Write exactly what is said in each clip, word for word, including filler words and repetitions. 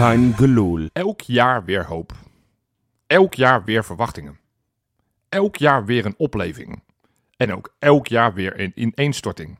Kein gelul. Elk jaar weer hoop. Elk jaar weer verwachtingen. Elk jaar weer een opleving. En ook elk jaar weer een ineenstorting.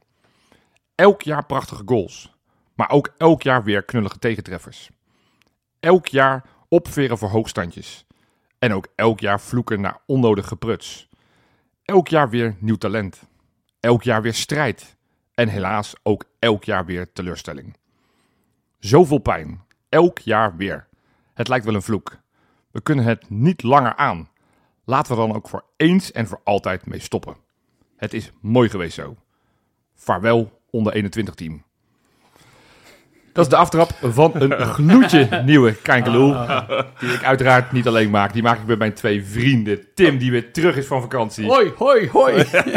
Elk jaar prachtige goals. Maar ook elk jaar weer knullige tegentreffers. Elk jaar opveren voor hoogstandjes. En ook elk jaar vloeken naar onnodig gepruts. Elk jaar weer nieuw talent. Elk jaar weer strijd. En helaas ook elk jaar weer teleurstelling. Zoveel pijn. Elk jaar weer. Het lijkt wel een vloek. We kunnen het niet langer aan. Laten we dan ook voor eens en voor altijd mee stoppen. Het is mooi geweest zo. Vaarwel onder eenentwintig team. Dat is de aftrap van een gloedje nieuwe Kein Die ik uiteraard niet alleen maak. Die maak ik met mijn twee vrienden. Tim, die weer terug is van vakantie. Hoi, hoi, hoi.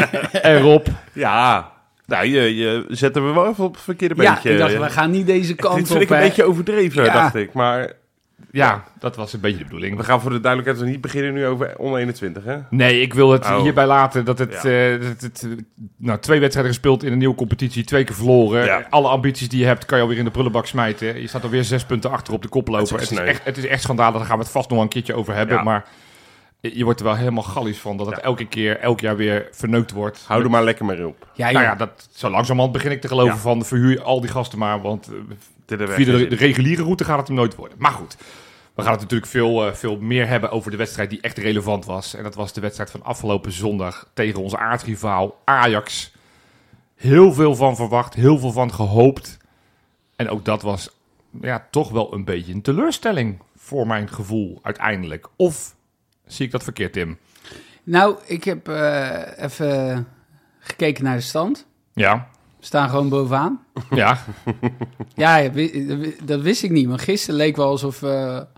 En Rob. Ja, nou, je, je zette me wel even op het verkeerde Ja, beentje. ik dacht, we gaan niet deze kant op. Dit vind ik een hè. beetje overdreven, Ja. dacht ik. Maar Ja, dat was een beetje de bedoeling. we gaan voor de duidelijkheid dus niet beginnen nu over onder eenentwintig, hè? Nee, ik wil het Oh. hierbij laten dat het, Ja. eh, dat het eh, nou, twee wedstrijden gespeeld in een nieuwe competitie, twee keer verloren. Ja. Alle ambities die je hebt, kan je alweer in de prullenbak smijten. Je staat alweer zes punten achter op de koploper. Het Het is is, sneu. echt, het is echt schandalig, daar gaan we het vast nog een keertje over hebben. Ja. Maar je wordt er wel helemaal gallisch van dat het Ja. elke keer, elk jaar weer verneukt wordt. Hou er maar lekker mee op. Ja, Nou joh. ja, dat, zo langzamerhand begin ik te geloven Ja. van verhuur je al die gasten maar, want eh, Dit er via de, weg de reguliere route gaat het hem nooit worden. Maar goed, we gaan het natuurlijk veel, eh, veel meer hebben over de wedstrijd die echt relevant was. En dat was de wedstrijd van afgelopen zondag tegen onze aardsrivaal Ajax. Heel veel van verwacht, heel veel van gehoopt. En ook dat was ja, toch wel een beetje een teleurstelling voor mijn gevoel uiteindelijk. Of zie ik dat verkeerd, Tim? Nou, ik heb eh, even gekeken naar de stand. Ja, We staan gewoon bovenaan. ja. Ja, ja, wi- dat wist ik niet. Maar gisteren leek wel alsof we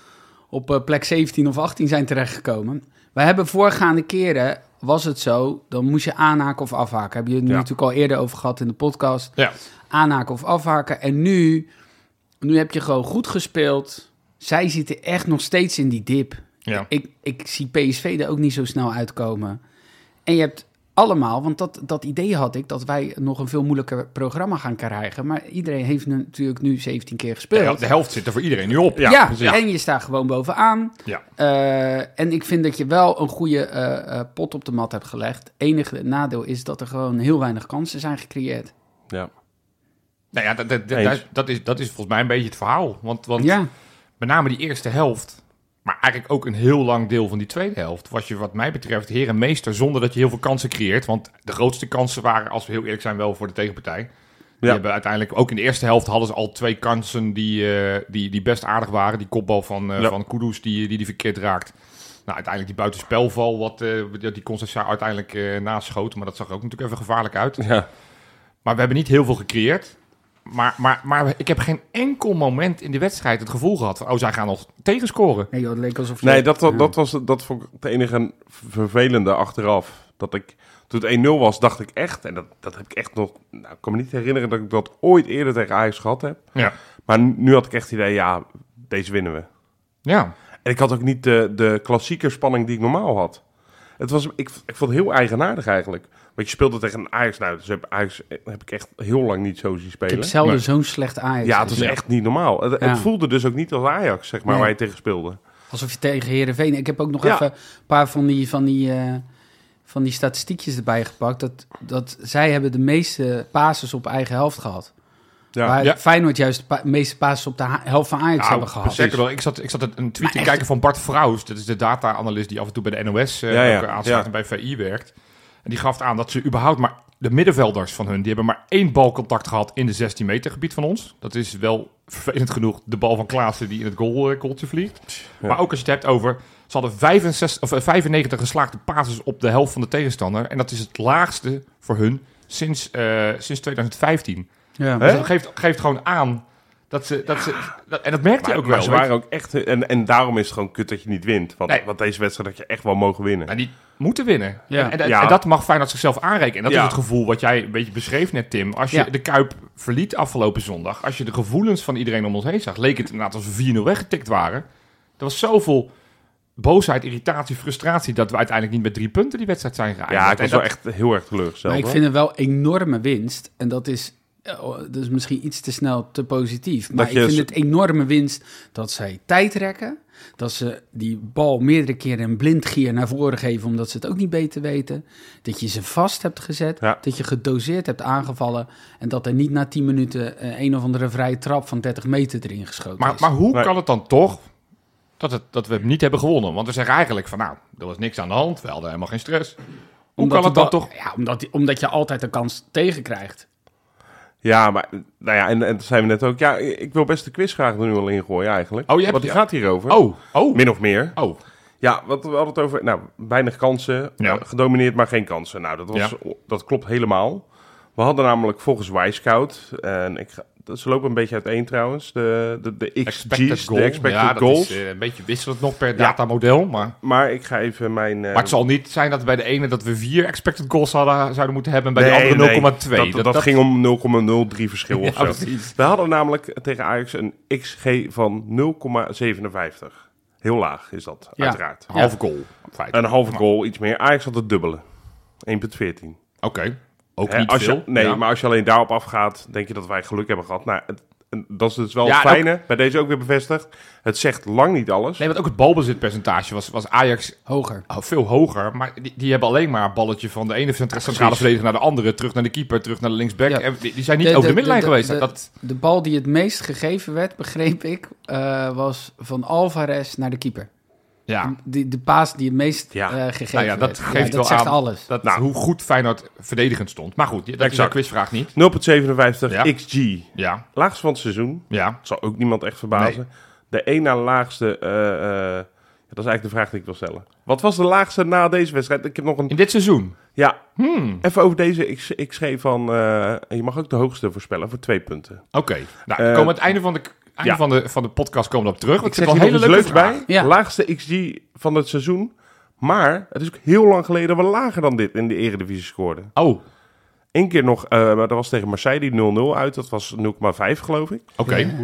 op eh, plek zeventien of achttien zijn terechtgekomen. We hebben voorgaande keren, was het zo, dan moest je aanhaken of afhaken. Heb je het nu Ja. natuurlijk al eerder over gehad in de podcast. ja. Aanhaken of afhaken. En nu, nu heb je gewoon goed gespeeld. Zij zitten echt nog steeds in die dip. ja. Ik, ik zie P S V er ook niet zo snel uitkomen. En je hebt allemaal, want dat, dat idee had ik, dat wij nog een veel moeilijker programma gaan krijgen. Maar iedereen heeft natuurlijk nu zeventien keer De, gespeeld. hel- de helft zit er voor iedereen nu op. Ja, Ja, precies. en je staat gewoon bovenaan. Ja. Eh, en ik vind dat je wel een goede eh, eh, pot op de mat hebt gelegd. Enige nadeel is dat er gewoon heel weinig kansen zijn gecreëerd. Ja. Nou ja, dat, dat, dat, Eens. dat is, dat is volgens mij een beetje het verhaal. Want, want Ja, met name die eerste helft, maar eigenlijk ook een heel lang deel van die tweede helft, was je wat mij betreft heer en meester zonder dat je heel veel kansen creëert. Want de grootste kansen waren, als we heel eerlijk zijn, wel voor de tegenpartij. Die Ja. hebben uiteindelijk, ook in de eerste helft hadden ze al twee kansen die, eh, die, die best aardig waren. Die kopbal van, eh Ja. van Kudus die, die die verkeerd raakt. Nou, uiteindelijk die buitenspelval, wat, eh, die die Conceição uiteindelijk eh naschoot. Maar dat zag er ook natuurlijk even gevaarlijk uit. Ja. Maar we hebben niet heel veel gecreëerd. Maar, maar, maar ik heb geen enkel moment in de wedstrijd het gevoel gehad van, oh, zij gaan nog tegenscoren. nee, joh, het leek alsof je... Nee, dat, Ja. dat, was, dat vond ik het enige vervelende achteraf. Dat ik, toen het één nul was, dacht ik echt, en dat, dat heb ik echt nog... Nou, ik kan me niet herinneren dat ik dat ooit eerder tegen Ajax gehad heb. Ja. Maar nu had ik echt het idee, ja, deze winnen we. Ja. En ik had ook niet de, de klassieke spanning die ik normaal had. Het was, ik, ik vond het heel eigenaardig eigenlijk. Want je speelde tegen een Ajax. Nou, dus heb, Ajax heb ik echt heel lang niet zo zien Ik spelen. heb zelden Nee. zo'n slecht Ajax Ja, het was gezien. echt niet normaal. Het, Ja. het voelde dus ook niet als Ajax, zeg maar, Nee. waar je tegen speelde. Alsof je tegen Heerenveen... Ik heb ook nog Ja. even een paar van die, van die, eh, van die statistiekjes erbij gepakt. Dat, dat zij hebben de meeste passes op eigen helft gehad. Ja. Waar Ja. Feyenoord juist de pa- meeste passes op de ha- helft van Ajax Nou, hebben gehad. zeker wel. Ik zat, ik zat een tweet Maar te echt- kijken van Bart Vrouws. Dat is de data-analyst die af en toe bij de N O S uh, Ja, ja. ook aansluit Ja. en bij V I werkt. En die gaf aan dat ze überhaupt maar... De middenvelders van hun, die hebben maar één balcontact gehad in de zestien meter gebied van ons. Dat is wel vervelend genoeg de bal van Klaassen die in het goal, uh, goaltje vliegt. Ja. Maar ook als je het hebt over... Ze hadden vijfenzestig, of, uh, vijfennegentig geslaagde passes op de helft van de tegenstander. En dat is het laagste voor hun sinds, uh, sinds twintig vijftien. Ja. Hè? Dus dat geeft, geeft gewoon aan dat ze... Dat ze dat, en dat merkte je Maar, ook maar wel. ze weet je. waren ook echt... En, en daarom is het gewoon kut dat je niet wint. Want, Nee. want deze wedstrijd had je echt wel mogen winnen. En die moeten winnen. Ja. En, en, Ja. en dat mag Feyenoord zichzelf aanrekenen. En dat Ja. is het gevoel wat jij een beetje beschreef net, Tim. Als je Ja. de Kuip verliet afgelopen zondag, als je de gevoelens van iedereen om ons heen zag, leek het inderdaad alsof we vier nul weggetikt waren. Er was zoveel boosheid, irritatie, frustratie dat we uiteindelijk niet met drie punten die wedstrijd zijn geëindigd. Ja, ik En was dat- wel echt heel erg teleurgesteld. Maar ik hoor. vind het wel enorme winst. En dat is dat is misschien iets te snel te positief. Maar Dat ik je vind s- het enorme winst dat zij tijd rekken. Dat ze die bal meerdere keren een blindgier naar voren geven, omdat ze het ook niet beter weten. Dat je ze vast hebt gezet. Ja. Dat je gedoseerd hebt aangevallen. En dat er niet na tien minuten uh, een of andere vrije trap van dertig meter erin geschoten Maar, is. maar hoe Nee. kan het dan toch dat, het, dat we het niet hebben gewonnen? Want we zeggen eigenlijk van, nou, er was niks aan de hand. We hadden helemaal geen stress. Hoe Omdat kan het de dan bal- toch... Ja, omdat, die- omdat je altijd een kans tegenkrijgt. Ja, maar nou ja, en, en dat zijn we net ook. Ja, ik wil best de quizvraag er nu al ingooien eigenlijk. Oh, je hebt- Want die ja. gaat hierover. Oh, oh, Min of meer. oh. Ja, wat we hadden het over, nou, weinig kansen, Ja. eh, gedomineerd, maar geen kansen. Nou, dat, was, dat klopt helemaal. We hadden namelijk volgens Y-Scout, en ik ga, ze lopen een beetje uiteen trouwens, de, de, de X G's, de expected ja, dat goals. is eh, een beetje wisselend nog per datamodel, maar... Maar ik ga even mijn... eh, Maar het zal niet zijn dat bij de ene dat we vier expected goals hadden, zouden moeten hebben en bij nee, de andere nee, nul komma twee. Dat, dat, ging om nul komma nul drie verschil of Ja, zo. precies. We hadden namelijk tegen Ajax een X G van nul komma zevenenvijftig. Heel laag is dat, Ja. uiteraard. Een halve goal. in feite. Een halve Maar- goal, iets meer. Ajax had het dubbele. één komma veertien. Oké, ook Hè, niet als veel. je, nee, ja. maar als je alleen daarop afgaat, denk je dat wij geluk hebben gehad. Nou, het, en dat is dus wel Ja, het en fijne. Bij deze ook weer bevestigd. Het zegt lang niet alles. Nee, want ook het balbezitpercentage was, was Ajax Hoger. oh, veel hoger. Maar die, die hebben alleen maar een balletje van de ene centra- centrale verdediger naar de andere. Terug naar de keeper, terug naar de linksback. Ja. En die, die zijn niet over de, middenlijn geweest. De, dat, de bal die het meest gegeven werd, begreep ik, uh, was van Alvarez naar de keeper. ja, De, de paas die het meest Ja. uh, gegeven Nou ja, dat werd. geeft dat wel zegt aan alles. dat, Nou. hoe goed Feyenoord verdedigend stond. Maar goed, dat is een Exact. quizvraag niet. nul komma zevenenvijftig Ja. X G. Ja, Laagste van het seizoen. ja. Dat zal ook niemand echt verbazen. De één na laagste... eh, eh, dat is eigenlijk de vraag die ik wil stellen. Wat was de laagste na deze wedstrijd? Ik heb nog een... In dit seizoen. Ja, Hmm. even over deze X, X G van... eh, en je mag ook de hoogste voorspellen voor twee punten. Oké. Nou, Eh, we komen aan het einde van de, einde ja. van de, van de podcast komen we op terug. Want Ik het zeg is hier wel nog een iets hele leuks leuke bij. vraag. Ja. Laagste X G van het seizoen. Maar het is ook heel lang geleden dat we lager dan dit in de Eredivisie scoorden. Oh, Eén keer nog, uh, maar dat was tegen Marseille, die nul nul uit. Dat was nul komma vijf geloof ik. oké. Ja.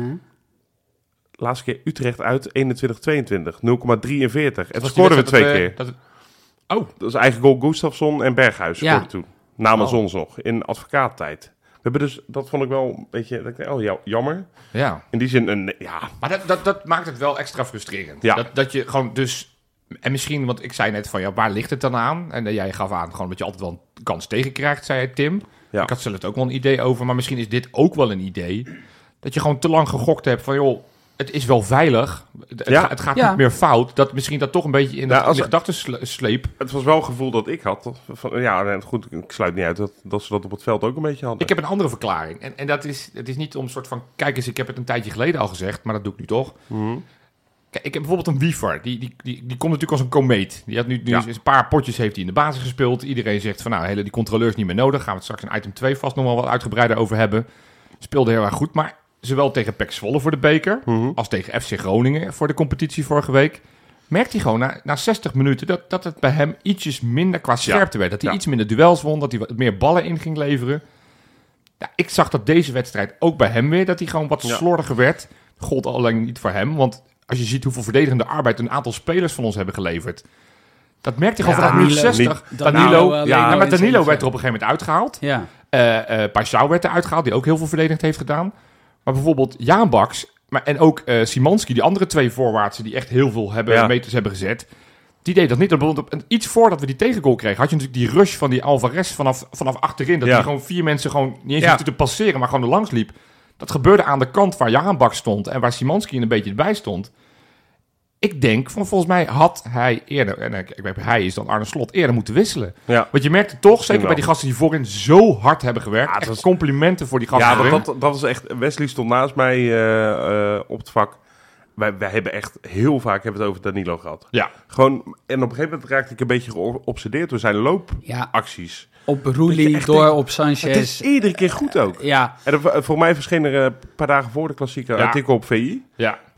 Laatste keer Utrecht uit, eenentwintig tweeëntwintig. nul komma drieënveertig. En toen Was die scoorden we twee wedstrijd keer. dat we- dat we- oh, Dat was eigen goal Gustafsson en Berghuis Ja. scoorden toen. Namens Oh. ons nog, in advocaattijd. We hebben dus, dat vond ik wel een beetje, dat ik denk, oh ja, jammer. ja. In die zin, een, ja, Maar dat, dat, dat maakt het wel extra frustrerend. Ja. Dat, dat je gewoon dus... En misschien, want ik zei net van, ja, waar ligt het dan aan? En uh, jij gaf aan gewoon dat je altijd wel een kans tegenkrijgt, zei Tim. Ja. Ik had zelf ook wel een idee over, maar misschien is dit ook wel een idee. Dat je gewoon te lang gegokt hebt van, joh, het is wel veilig. Het, Ja. ga- het gaat Ja. niet meer fout. Dat misschien dat toch een beetje in de, Ja, als- in de gedachtensleep. het was wel een gevoel dat ik had. dat- Van, ja, nee, goed, ik sluit niet uit dat, dat ze dat op het veld ook een beetje hadden. Ik heb een andere verklaring. En, en dat is, het is niet om een soort van, kijk eens, ik heb het een tijdje geleden al gezegd, maar dat doe ik nu toch. Mhm. Kijk, ik heb bijvoorbeeld een Wiever. Die, die, die, die komt natuurlijk als een komeet. Die had nu, nu Ja. eens een paar potjes heeft hij in de basis gespeeld. Iedereen zegt van nou, hele die controleurs niet meer nodig. Gaan we het straks in item twee vast nog wel wat uitgebreider over hebben. Speelde heel erg goed. Maar zowel tegen P E C Zwolle voor de beker, Mhm. als tegen F C Groningen voor de competitie vorige week, merkt hij gewoon na, na zestig minuten dat, dat het bij hem ietsjes minder qua scherpte werd. Dat hij Ja. iets minder duels won, dat hij wat meer ballen in ging leveren. Ja, ik zag dat deze wedstrijd ook bij hem weer, dat hij gewoon wat Ja. slordiger werd. Gold alleen niet voor hem, want als je ziet hoeveel verdedigende arbeid een aantal spelers van ons hebben geleverd, dat merkte hij gewoon Ja, vanaf minuut Danilo- zestig. niet- Danilo, Danilo, ja, uh, ja, Leno maar in Danilo zijn- werd er op een gegeven moment uitgehaald. Ja. Eh eh Paixão werd eruit gehaald, die ook heel veel verdedigend heeft gedaan. Maar bijvoorbeeld Jaan Baks maar, en ook eh Szymanski, die andere twee voorwaartsen die echt heel veel hebben, Ja. meters hebben gezet, die deed dat niet. Want op- en iets voordat we die tegengoal kregen, had je natuurlijk die rush van die Alvarez vanaf, vanaf achterin. Dat Ja. die gewoon vier mensen gewoon niet eens Ja. hoefde te passeren, maar gewoon er langs liep. Dat gebeurde aan de kant waar Jaan Baks stond en waar Szymanski een beetje erbij stond. Ik denk, van volgens mij had hij eerder, en ik ik weet hij is dan Arne Slot, eerder moeten wisselen. Ja. Want je merkte toch, zeker Jawel. bij die gasten die voorin zo hard hebben gewerkt. Ja, het echt was- complimenten voor die gasten Ja, voorin. dat, dat, dat was echt... Wesley stond naast mij eh, eh, op het vak. Wij, wij hebben echt heel vaak hebben we het over Danilo gehad. Ja, Gewoon, en op een gegeven moment raakte ik een beetje geobsedeerd door zijn loopacties. Ja, op Dat je Roelie, echt door denkt, op Het Sanchez. is iedere keer goed ook. Ja, En er- voor mij verscheen er eh, een paar dagen voor de klassieker Ja. artikel op V I. ja.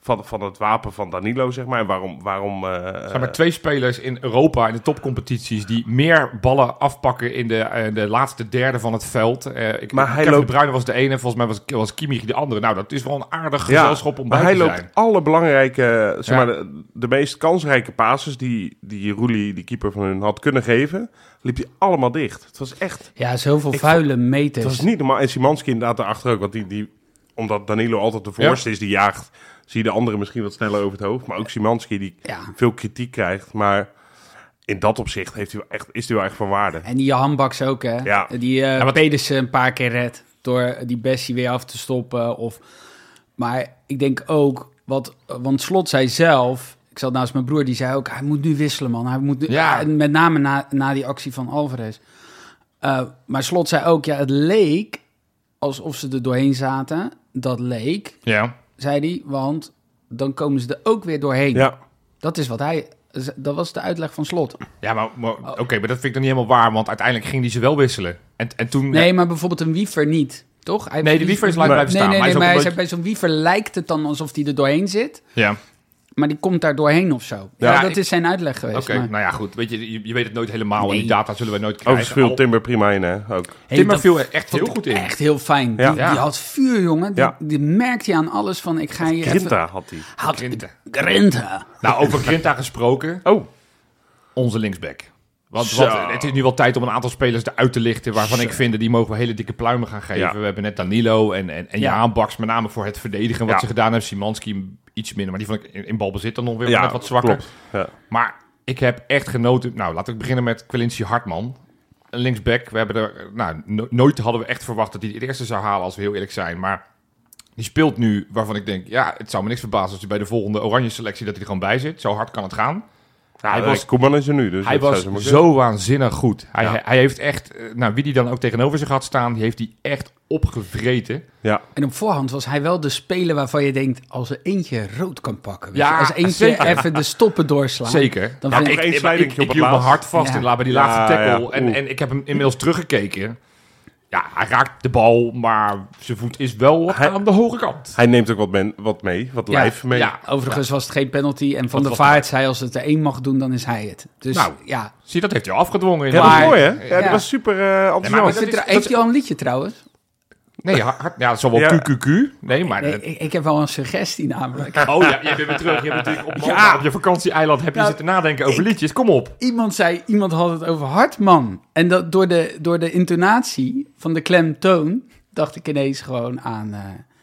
van, van het wapen van Danilo, zeg maar. En waarom... waarom uh, Er zijn maar twee spelers in Europa in de topcompetities die meer ballen afpakken in de, uh, de laatste derde van het veld. Uh, ik, Maar hij Kevin loopt- De Bruyne was de ene, volgens mij was, was Kimmich de andere. Nou, dat is wel een aardig Ja, gezelschap om maar bij hij te loopt zijn. alle belangrijke, zeg Ja. maar, de, de meest kansrijke passes die, die Roelie, die keeper van hun, had kunnen geven, liep hij allemaal dicht. Het was echt, Ja, zoveel Ik vuile meters. het was niet normaal. En Szymanski inderdaad daarachter ook, want die, die, omdat Danilo altijd de voorste is die jaagt, zie je de anderen misschien wat sneller over het hoofd. Maar ook Szymanski die Ja. veel kritiek krijgt, maar in dat opzicht heeft hij wel echt, is hij wel echt van waarde. En die Johan Baks ook, hè? Ja. Die uh, Ja, wat- Pedersen een paar keer redt door die Bessie weer af te stoppen. Of... Maar ik denk ook, wat, want Slot zei zelf... Ik zat naast mijn broer, die zei ook... Hij moet nu wisselen, man. Hij moet nu, Ja. En met name na, na die actie van Alvarez. Uh, maar Slot zei ook, ja, het leek alsof ze er doorheen zaten. Dat leek, Ja. zei hij, want dan komen ze er ook weer doorheen. Ja, Dat is wat hij... Dat was de uitleg van Slot. Ja, maar, maar oké, maar dat vind ik dan niet helemaal waar, want uiteindelijk ging hij ze wel wisselen. En, en toen... Nee, maar bijvoorbeeld een wiever niet, toch? Hij Nee, de wiever is lang Nee. blijven Nee, staan. nee, maar nee, hij maar is hij ook zei, bij zo'n wiever lijkt het dan alsof hij er doorheen zit. Ja. Maar die komt daar doorheen of zo. Ja, Ja, dat ik- is zijn uitleg geweest. Oké, maar- nou ja, goed. Weet je, je, je weet het nooit helemaal en Nee. die data zullen we nooit overigens krijgen. viel Timber prima in, hè, ook. Hey, Timmer dat viel er echt vond heel ik goed in. Echt heel fijn. Ja. Die, Ja. die had vuur, jongen. Die, Ja. die merkt hij aan alles van, ik ga hier Grinta had hij. even... Had Grinta. Grinta. Nou, over Grinta gesproken, Oh, onze linksback. Want, Zo. want het is nu wel tijd om een aantal spelers eruit te lichten waarvan Zo. ik vind dat die mogen we hele dikke pluimen gaan geven. Ja. We hebben net Danilo en, en, en Ja. Jaan Baks, met name voor het verdedigen wat Ja. ze gedaan hebben. Szymanski iets minder, maar die vond ik in, in balbezit dan nog weer ja, net wat zwakker. klopt. Ja. Maar ik heb echt genoten. Nou, laten we beginnen met Quincy Hartman. Een linksback. We hebben er, nou, no- nooit hadden we echt verwacht dat hij het eerste zou halen, als we heel eerlijk zijn. Maar die speelt nu waarvan ik denk, ja, het zou me niks verbazen als hij bij de volgende oranje selectie dat hij er gewoon bij zit. Zo hard kan het gaan. Ja, Hij hij was- was, Koeman is er nu, dus Hij dat was zou ze moeten. zo waanzinnig goed. Hij, Ja. hij, hij heeft echt, eh, nou, wie die dan ook tegenover zich had staan, die heeft hij echt opgevreten. Ja, En op voorhand was hij wel de speler waarvan je denkt... als er eentje rood kan pakken. Weet Ja, je, als eentje zeker. even de stoppen doorslaan. Zeker. Dan Ja, vind nog ik, één ik, slijdingje ik, op ik het hield me laatst. hard vast Ja. in, bij die Ja, laatste tackle. ja, en, oeh. en ik heb hem inmiddels teruggekeken. Ja, hij raakt de bal, maar zijn voet is wel Hij- aan de hoge kant. hij neemt ook wat, men, wat mee, wat Ja, lijf mee. Ja, overigens was het geen penalty. En Van Wat der was Vaart zei, als het er één mag doen, dan is hij het. Dus Nou, ja. zie, dat heeft hij al afgedwongen. Ja, dat Maar- is mooi, hè? Ja, Ja. die was super eh enthousiast. maar Is dat dit is- er- heeft hij al een liedje trouwens? Nee, hard, ja, dat zal wel Ja. Q Q Q. Nee, maar... Nee, ik, ik heb wel een suggestie namelijk. Oh ja, je bent weer terug. Je hebt natuurlijk op, Malta, Ja. op je vakantieeiland heb je Nou, zitten nadenken over liedjes. Kom op. Iemand zei, iemand had het over Hartman. En dat door de, door de intonatie van de klemtoon dacht ik ineens gewoon aan...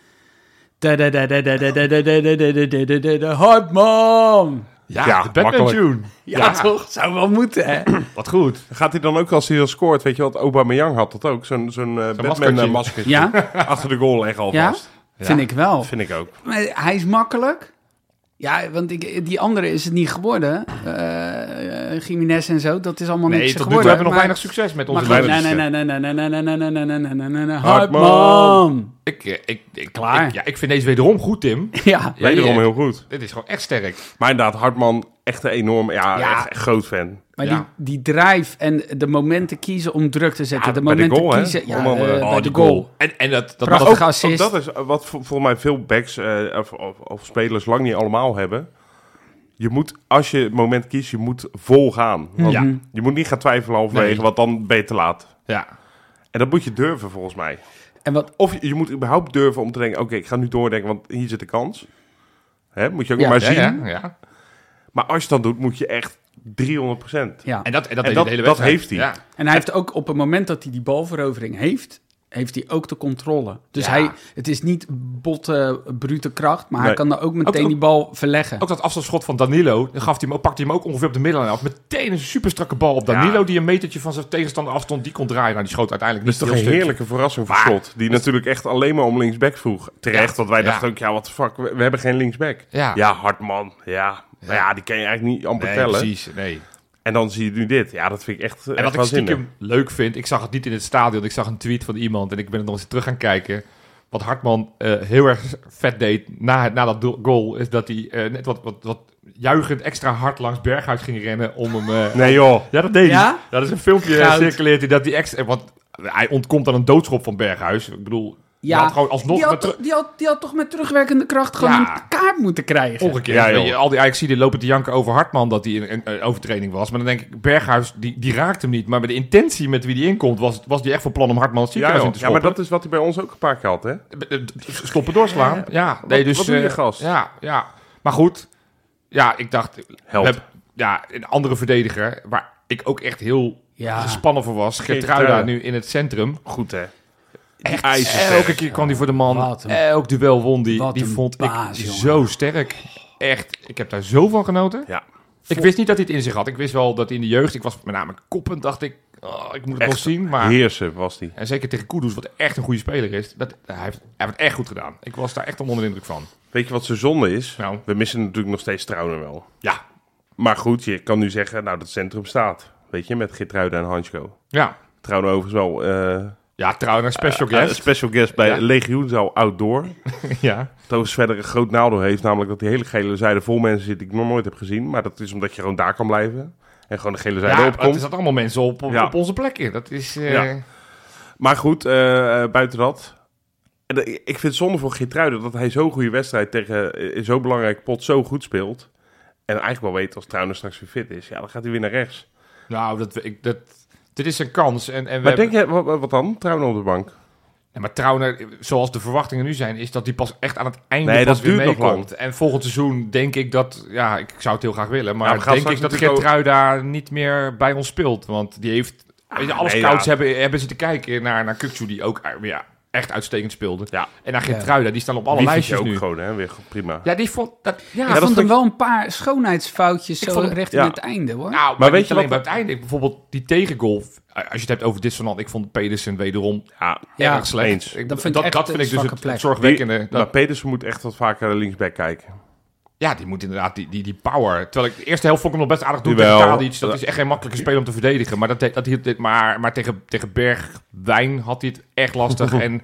eh, da-da-da-da-da-da-da-da-da-da-da-da-da-da, Hartman! Ja, Ja, de Batman makkelijk. tune. Ja, Ja. toch? Zou wel moeten, hè? Wat goed. Gaat hij dan ook als hij dan scoort, weet je wat, Aubameyang had dat ook, zo'n zo'n uh, maskertje. Batman-maskertje. Ja? Achter de goal echt Ja? alvast. Vind ik wel. Dat vind ik ook. Maar hij is makkelijk. Ja, want ik, die andere is het niet geworden. Uh, Jiménez en zo, dat is allemaal Nee, niks tot nu geworden. toe hebben we nog maar- weinig succes met onze Maar goed, Weinig nee, nee, succes. nee, nee, nee, nee, nee, nee, nee, nee, nee, nee, nee, nee, Hartman. Hartman! Ik, eh, ik, ik, Klaar. ik, ja, ik vind deze wederom goed, Tim. Ja, Ja, Wederom je- heel goed. Dit is gewoon echt sterk. Maar inderdaad, Hartman, echt een enorme, ja, Ja. echt, echt groot fan. maar Ja. die, die drive en de momenten kiezen om druk te zetten. Ja, de bij de momenten goal, hè? kiezen ja, Onder andere. eh, Oh, bij die de goal. En, en dat, dat, Prachtig. dat- Ook, assist. ook dat is wat vol- volgens mij veel backs eh, of, of, of spelers lang niet allemaal hebben. Je moet, als je het moment kiest, je moet vol gaan. Want Ja. je moet niet gaan twijfelen halverwege, Nee. want dan ben je te laat. ja. En dat moet je durven, volgens mij. En wat, Of je, je moet überhaupt durven om te denken, oké, ik ga nu doordenken, want hier zit de kans. Hè, moet je ook Ja. maar Ja, zien. ja, ja. Maar als je het dan doet, moet je echt driehonderd procent. ja. En dat, en dat, En deed dat- de hele dat wedstrijd. heeft hij. Ja. En hij heeft ook op het moment dat hij die balverovering heeft, heeft hij ook de controle. Dus Ja. hij, het is niet botte, brute kracht, maar hij Nee. kan dan ook meteen Ook- die bal verleggen. Ook dat afstandsschot van Danilo, dan gaf hij hem, ook- pakte hij hem ook ongeveer op de middenlijn af. Meteen een super strakke bal op Danilo, Ja. die een metertje van zijn tegenstander afstond. Die kon draaien. Nou, die schoot uiteindelijk Dat is niet toch een heel heerlijke verrassing voor Maar- Slot. Die natuurlijk echt alleen maar om linksback vroeg. Terecht, Ja. want wij Ja. dachten ook, ja, wat de fuck, we, we hebben geen linksback. Ja. Ja, Hartman, ja. Maar ja, die kan je eigenlijk niet amper Nee, tellen. precies. Nee. En dan zie je nu dit. Ja, dat vind ik echt, En echt wat ik waanzinnig. stiekem leuk vind, ik zag het niet in het stadion. Ik zag een tweet van iemand en ik ben het nog eens terug gaan kijken. Wat Hartman eh, heel erg vet deed na, na dat do- goal, is dat hij eh, net wat, wat, wat juichend extra hard langs Berghuis ging rennen om hem... eh, Nee joh. Ja, dat deed Ja? hij. Ja, dat is een filmpje Goud. circuleert hij dat hij extra... Want hij ontkomt aan een doodschop van Berghuis. Ik bedoel, Ja, Je had gewoon alsnog die, had, met toch- teru- die, had, die had toch met terugwerkende kracht gewoon Ja. een kaart moeten krijgen. Omgekeerd. Ja, joh. Weet je, al die Ajaxiden lopen te janken over Hartman dat hij een, een, een overtreding was. Maar dan denk ik, Berghuis, die, die raakt hem niet. Maar met de intentie met wie die inkomt, was, was die echt van plan om Hartman het Ja, ziekenhuis in joh. te ja, maar schoppen. dat is wat hij bij ons ook een paar keer had, hè? Stoppen doorslaan. Ja, nee, wat- dus... wat doe je, eh, gast? Ja, ja. Maar goed, ja, ik dacht... we Held. hebben- ja, een andere verdediger, waar ik ook echt heel Ja. gespannen voor was. Geertruida Geertruida. nu in het centrum. Goed, hè? Echt, ijzersterk. elke keer kwam hij voor de man. Wat een- Elk duel won die. wat Die een vond baas, ik jongen. zo sterk. Echt, ik heb daar zo van genoten. Ja. Ik wist niet dat hij het in zich had. Ik wist wel dat hij in de jeugd... Ik was met name koppend, dacht ik... Oh, ik moet het wel Echt zien, maar... Heersen was die. En zeker tegen Kudus, wat echt een goede speler is. Dat, hij, heeft, hij heeft het echt goed gedaan. Ik was daar echt onder de indruk van. Weet je wat zijn zonde is? Nou. We missen natuurlijk nog steeds Trouwen wel. Ja, Maar goed, je kan nu zeggen, nou, dat centrum staat. Weet je, met Geertruida en Hansko. ja. Trouwen overigens wel... eh Ja, trouwens, een special eh, guest. een special guest bij Ja. Legioenzaal Outdoor. ja. Toos verder een groot nadeel heeft, namelijk dat die hele gele zijde vol mensen zit die ik nog nooit heb gezien. Maar dat is omdat je gewoon daar kan blijven. En gewoon de gele zijde Ja, opkomt. er zaten allemaal mensen op, op, Ja. op onze plekken. Dat is... eh, Ja. Maar goed, eh, buiten dat. En de- ik vind het zonde voor Geertruida dat hij zo'n goede wedstrijd tegen eh, in zo'n belangrijk pot zo goed speelt. En eigenlijk wel weet als Trouwen straks weer fit is. Ja, dan gaat hij weer naar rechts. Nou, dat, ik, dat, dit is een kans. En, en we Maar hebben- denk je, wat, wat dan? Trouwen op de bank? Ja, maar Trauner, zoals de verwachtingen nu zijn, is dat hij pas echt aan het einde Nee, pas dat weer duurt nog meekomt. En volgend seizoen denk ik dat, ja, ik zou het heel graag willen, maar Ja, we gaan denk ik straks dat natuurlijk Geertruida niet meer bij ons speelt. Want die heeft, weet je, alle nee, scouts ja. hebben, hebben zitten kijken naar, naar Kukçu, die ook eh, ja, echt uitstekend speelde. Ja. En naar Geertruida, die staan op alle Die vind lijstjes je ook nu. gewoon, hè? Weer goed, prima. Ja, die vond dat, ja, ik dat vond vind hem ik- wel een paar schoonheidsfoutjes zo vond het- richting ja. het einde, hoor. Nou, maar, Maar weet niet je alleen wat- bij het einde. Bijvoorbeeld die tegengoal, als je het hebt over dissonant, ik vond Pedersen wederom Ja, Ja, erg slecht. eens. Ik- Dat vind ik dat, echt dat vind een ik dus zwakke het, plek. het zorgwekkende. Die- dat- maar Pedersen moet echt wat vaker naar linksback kijken. Ja, die moet inderdaad die, die, die power. Terwijl ik de eerste helft vond ik hem nog best aardig doen Jawel. tegen Tadic. Dat is echt geen makkelijke speler om te verdedigen. Maar, dat, dat hield dit, maar, maar tegen, tegen Bergwijn had hij het echt lastig. en,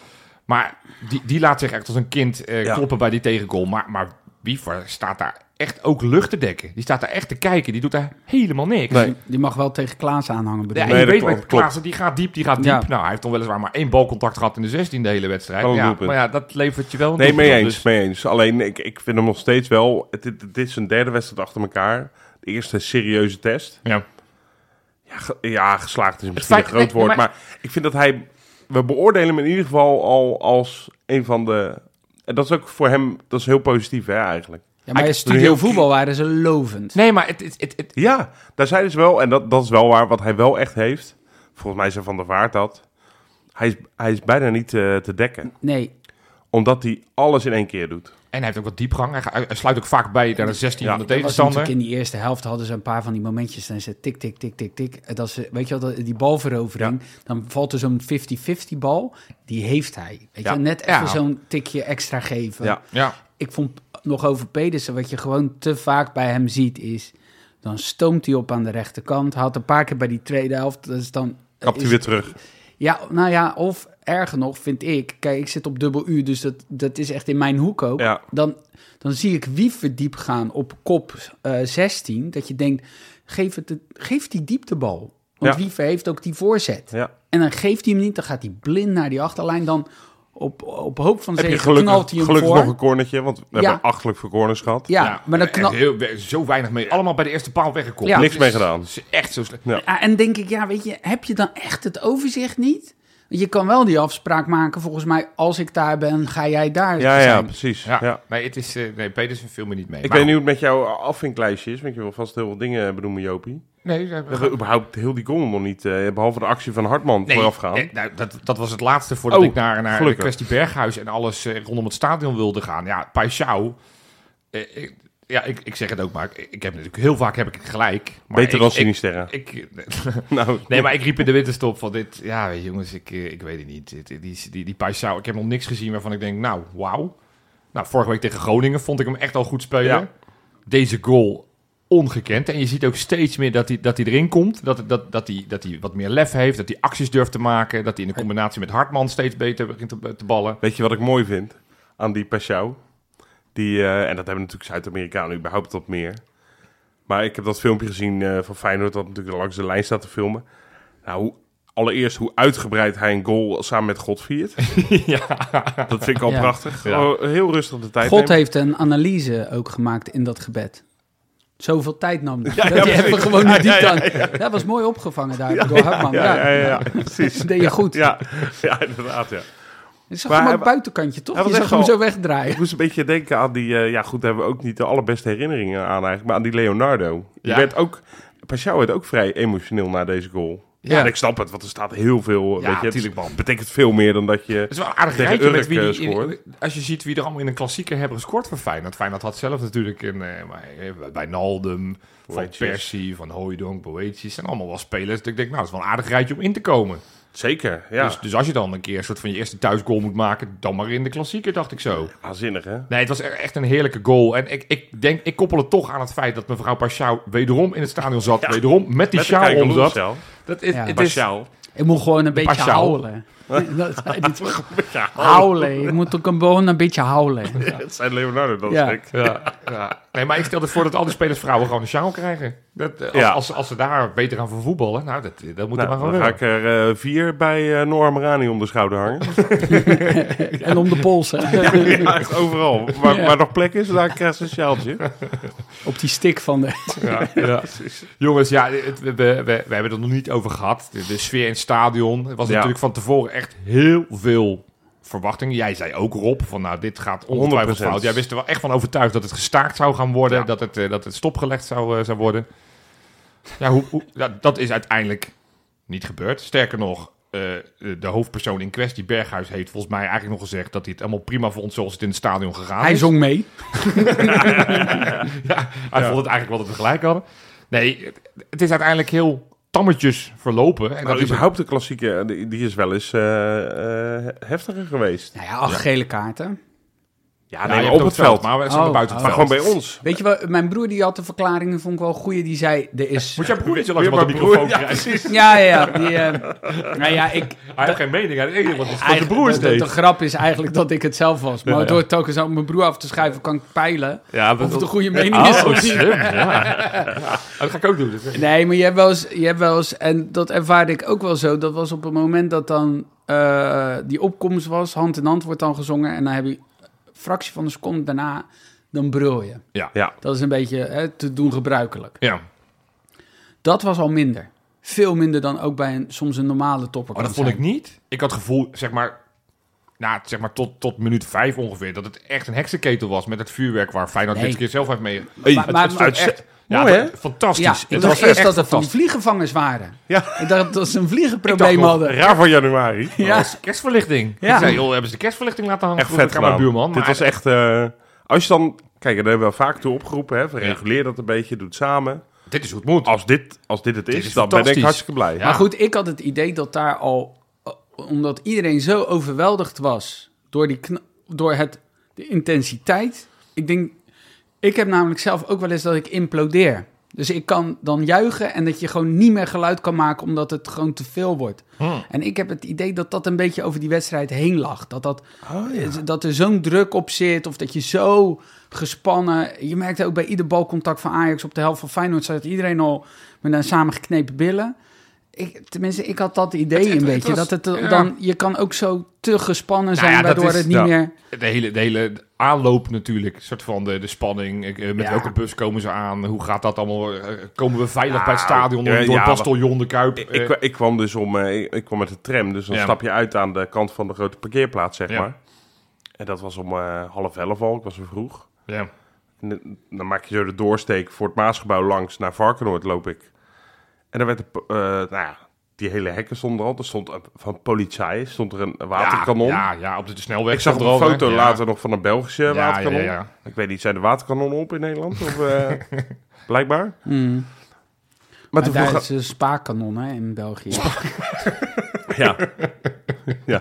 maar die, die laat zich echt als een kind eh, Ja. kloppen bij die tegengoal. Maar, maar Wiever staat daar echt ook lucht te dekken. Die staat daar echt te kijken. Die doet daar helemaal niks. Nee. Die mag wel tegen Klaas aanhangen, bedoel Ja, ik. en Nee, je dat weet klopt, met Klaassen, die gaat diep, die gaat diep. Ja. Nou, hij heeft dan weliswaar maar één balcontact gehad in de zestien de hele wedstrijd. Wel een Ja, doelpunt. maar ja, dat levert je wel een Nee, mee doelpunt op, eens, dus- mee eens. Alleen, ik, ik vind hem nog steeds wel... Het, dit, dit is een derde wedstrijd achter elkaar. De eerste serieuze test. Ja. Ja, ge- ja geslaagd is misschien feit- een groot nee, woord. maar- Maar ik vind dat hij... We beoordelen hem in ieder geval al als een van de... En dat is ook voor hem... Dat is heel positief, hè, eigenlijk. Ja, maar Hij- in studio voetbal waren ze lovend. Nee, maar het, het, het, het- Ja, daar zeiden ze wel... En dat, dat is wel waar, wat hij wel echt heeft. Volgens mij zei Van der Vaart dat. Hij is, hij is bijna niet eh, te dekken. Nee, Omdat hij alles in één keer doet. En hij heeft ook wat diepgang. Hij, ga- hij sluit ook vaak bij naar de zestien Ja, van de dat was tegenstander. natuurlijk in die eerste helft hadden ze een paar van die momentjes. Dan ze tik, tik, tik, tik, tik. En dat ze, weet je wel, dat- die balverovering. Dan valt er zo'n vijftig vijftig bal. Die heeft hij. Weet Ja. je, net Ja. even zo'n tikje extra geven. Ja. Ja, Ik vond nog over Pedersen, wat je gewoon te vaak bij hem ziet, is... Dan stoomt hij op aan de rechterkant. Had een paar keer bij die tweede helft. Dat is dan... Kapt hij is- weer terug. Ja, nou ja, of erger nog, vind ik... Kijk, ik zit op dubbel U, dus dat, dat is echt in mijn hoek ook. Ja. Dan, dan zie ik Wiever diep gaan op kop eh, zestien. Dat je denkt, geef, het, geef die dieptebal. Want Ja. Wiever heeft ook die voorzet. Ja. En dan geeft hij hem niet, dan gaat hij blind naar die achterlijn. Dan op, op hoop van Heb je zegen gelukkig, knalt hij hem gelukkig voor. nog een cornertje, want we Ja. hebben achtelijk voor corners gehad. Ja, maar dan echt knal... heel, zo weinig mee. Allemaal bij de eerste paal weggekomen. Ja. Niks mee gedaan. Dat is echt zo slecht. Ja. Ja, en denk ik, ja, weet je, heb je dan echt het overzicht niet? Want je kan wel die afspraak maken, volgens mij, als ik daar ben, ga jij daar Ja, ja, zijn. precies. Ja. Ja. Nee, het is, eh, nee, Pedersen viel me niet mee. Ik Maar weet niet hoe het met jouw afvinklijstje is, want je wil vast heel veel dingen benoemen, Jopie. Nee, We hebben überhaupt heel die goal nog niet, eh, behalve de actie van Hartman nee, voorafgaan. nee, nou, dat, dat was het laatste voordat Oh, ik naar, naar de gelukkig. kwestie Berghuis en alles eh, rondom het stadion wilde gaan. Ja, Paixão. Eh, ik, ja, ik, ik zeg het ook maar. Ik, ik heb natuurlijk heel vaak heb ik het gelijk. Maar Beter ik, dan ik, Sinisterra. ik, Nou, Nee, maar ik riep in de winterstop van dit... Ja, weet je, jongens, ik, eh, ik weet het niet. Dit- Die, die, die Paixão, ik heb nog niks gezien waarvan ik denk, nou, wauw. Nou, vorige week tegen Groningen vond ik hem echt al goed spelen. Ja. Deze goal ongekend. En je ziet ook steeds meer dat hij, dat hij erin komt. Dat, dat, dat, hij, dat hij wat meer lef heeft. Dat hij acties durft te maken. Dat hij in de combinatie met Hartman steeds beter begint te, te ballen. weet je wat ik mooi vind aan die Paixão? Die, eh, en dat hebben natuurlijk Zuid-Amerikanen überhaupt wat meer. Maar ik heb dat filmpje gezien eh, van Feyenoord, dat natuurlijk langs de lijn staat te filmen. Nou, hoe allereerst hoe uitgebreid hij een goal samen met God viert. ja. Dat vind ik al Ja. prachtig. Ja. Gewoon heel rustig de tijd God nemen. heeft een analyse ook gemaakt in dat gebed. Zoveel tijd nam dat. Ja, dat ja, je even precies. gewoon niet Ja, ja, diep ja, aan. Dat was mooi opgevangen daar door Hartman. Ja, Ja, ja, ja, ja, precies. Dat deed je goed. Ja, ja, inderdaad, ja. Het is Maar gewoon hij- ook buitenkantje, toch? hij Je was zag echt hem wel- zo wegdraaien. Ik moest een beetje denken aan die... eh, ja, goed, daar hebben we ook niet de allerbeste herinneringen aan eigenlijk. Maar aan die Leonardo. Die Ja. werd ook... Pashao werd ook vrij emotioneel na deze goal. Ja. Ja, en ik snap het, want er staat heel veel... Ja, weet je, het tuurlijk, man. betekent veel meer dan dat je... Het is wel een aardig tegen rijtje met Urk, wie eh, die, in- scoort. als je ziet wie er allemaal in een klassieker hebben gescoord voor Feyenoord. Feyenoord had zelf natuurlijk in, eh, bij- bij Naldum, Van Boetius. Persie, Van Hooijdonk, Boetius. zijn allemaal wel spelers. Dat ik denk, nou, dat is wel een aardig rijtje om in te komen. Zeker, ja. Dus, dus als je dan een keer een soort van je eerste thuisgoal moet maken, dan maar in de klassieker, dacht ik zo. Waanzinnig, hè? Nee, het was e- echt een heerlijke goal. En ik, ik denk, ik koppel het toch aan het feit dat mevrouw Pashao wederom in het stadion zat. Ja. Wederom met die Met de sjaal om kijkeloers zat. zelf. Dat is, Ja. het is, Pashao. Ik moet gewoon een beetje Pashao. houlen. Dat zei hij toch? Ja, Houlen. Ik moet ook gewoon een beetje houlen. het zijn Leonardo, dat Ja. is ik. Ja, ja. Nee, maar ik stel het voor dat al die spelers vrouwen gewoon een sjaal krijgen. Dat, eh, als, Ja. als, als ze daar beter gaan voor voetballen, nou, dat, dat moeten Nou, we dan gewoon ga ik er eh, vier bij uh, Noor Marani om de schouder hangen. En om de pols, hè. Ja, echt overal. Waar, Ja. waar nog plek is, daar krijg je een sjaaltje. Op die stick van de... Ja, ja. Jongens, ja, het- we, we, we, we hebben het er nog niet over gehad. De, de sfeer in het stadion. Er was Ja. natuurlijk van tevoren echt heel veel verwachting. Jij zei ook, Rob, van nou, dit gaat ongetwijfeld honderd procent. fout. Jij wist er wel echt van overtuigd dat het gestaakt zou gaan worden. Ja. Dat, het, eh, dat het stopgelegd zou, eh, zou worden. Ja, hoe, hoe, ja, dat is uiteindelijk niet gebeurd. Sterker nog, eh, de hoofdpersoon in kwestie, Berghuis, heeft volgens mij eigenlijk nog gezegd dat hij het allemaal prima vond zoals het in het stadion gegaan Hij is. zong mee. Ja, hij Ja. vond het eigenlijk wel dat we gelijk hadden. Nee, het, het is uiteindelijk heel tammetjes verlopen. En En dat dat is überhaupt de klassieke, die, die is wel eens eh, eh, heftiger geweest. Nou ja, acht gele kaarten. Ja, Ja, nee, je maar hebt op ook het veld. maar we zijn Oh, buiten het oh. Maar veld. gewoon bij ons. Weet je wat, mijn broer die had de verklaring, die vond ik wel een goeie. Die zei, er is... Moet jouw broer niet zo lang Weer wat de mijn broer, microfoon ja, krijgen? Ja, ja, ja. Die, eh, nou ja, ik... Hij heeft geen mening. Hij weet wat de Eigenlijk- broers de, de, deed. de grap is eigenlijk dat ik het zelf was. Maar Ja, ja. door telkens op mijn broer af te schuiven, kan ik peilen Ja, of het een goede mening is Oh, of niet. slim. Ja. Dat ga ik ook doen. Dus. Nee, maar je hebt wel eens, je hebt wel eens, en dat ervaarde ik ook wel zo. Dat was op het moment dat dan eh, die opkomst was, hand in hand wordt dan gezongen. En dan heb je een fractie van een seconde daarna, dan brul je. Ja, Dat is een beetje hè, te doen gebruikelijk. Ja. Dat was al minder. Veel minder dan ook bij een, soms een normale topper. Maar kan dat vond ik zijn. niet. Ik had het gevoel, zeg maar, nou, zeg maar tot, tot minuut vijf ongeveer, dat het echt een heksenketel was met het vuurwerk waar Feyenoord Nee. dit keer zelf heeft mee. Hey, Maar- Het, maar- het stond maar- echt, ja, Mooi, hè? dat- fantastisch. Ja, Het ik was dacht eerst echt dat er van die fantastisch. vliegenvangers waren. Ja. Ik dacht dat ze een Ik vliegenprobleem dacht nog, hadden. raar van januari. Ja. Dat is kerstverlichting. Ja. Ik zei, joh, hebben ze de kerstverlichting laten hangen? Echt Vroeg ik vet aan mijn gedaan. buurman. Dit Maar was echt... eh, als je dan... Kijk, daar hebben we vaak toe opgeroepen. Hè, van Ja. reguleer dat een beetje, doe het samen. dit is hoe het moet. Als dit, als dit het Dit is, is dan ben ik fantastisch. hartstikke blij. Ja. Maar goed, ik had het idee dat daar al, omdat iedereen zo overweldigd was door, die kn- door het, de intensiteit. Ik denk, ik heb namelijk zelf ook wel eens dat ik implodeer. Dus ik kan dan juichen en dat je gewoon niet meer geluid kan maken omdat het gewoon te veel wordt. Hmm. En ik heb het idee dat dat een beetje over die wedstrijd heen lag. Dat, dat, Oh, ja. dat er zo'n druk op zit of dat je zo gespannen... Je merkte ook bij ieder balcontact van Ajax op de helft van Feyenoord... zat iedereen al met een samengeknepen billen. Ik, tenminste, ik had dat idee Het- het- een het beetje. was- dat het ja. dan, je kan ook zo te gespannen Nou zijn, ja, dat waardoor is- het niet ja. meer... De hele, de hele aanloop natuurlijk, een soort van de, de spanning. Ik, eh, Met Ja. welke bus komen ze aan? Hoe gaat dat allemaal? Eh, Komen we veilig Nou, bij het stadion ja, door ja, het Bastiljon de Kuip? Ik, Eh, ik, ik kwam dus om... eh, ik, ik kwam met de tram, dus dan Ja. stap je uit aan de kant van de grote parkeerplaats, zeg Ja. maar. En dat was om eh, half elf al. Ik was er vroeg. ja. En de- dan maak je zo de doorsteek voor het Maasgebouw langs naar Varkenoord, loop ik. En dan werd de, po- eh, nou ja, die hele hekken stonden er al. Er stond eh, van politie, stond er een waterkanon. Ja, ja, ja, op de snelweg. Ik zag op stond een er al, foto hè? Ja. later nog van een Belgische Ja, ja, waterkanon. ja, ja. Ik weet niet, zijn de waterkanonnen op in Nederland? Of, eh, blijkbaar. Mm. Maar Maar toen daar vroeg... is een spaarkanon hè, in België. Ja. ja.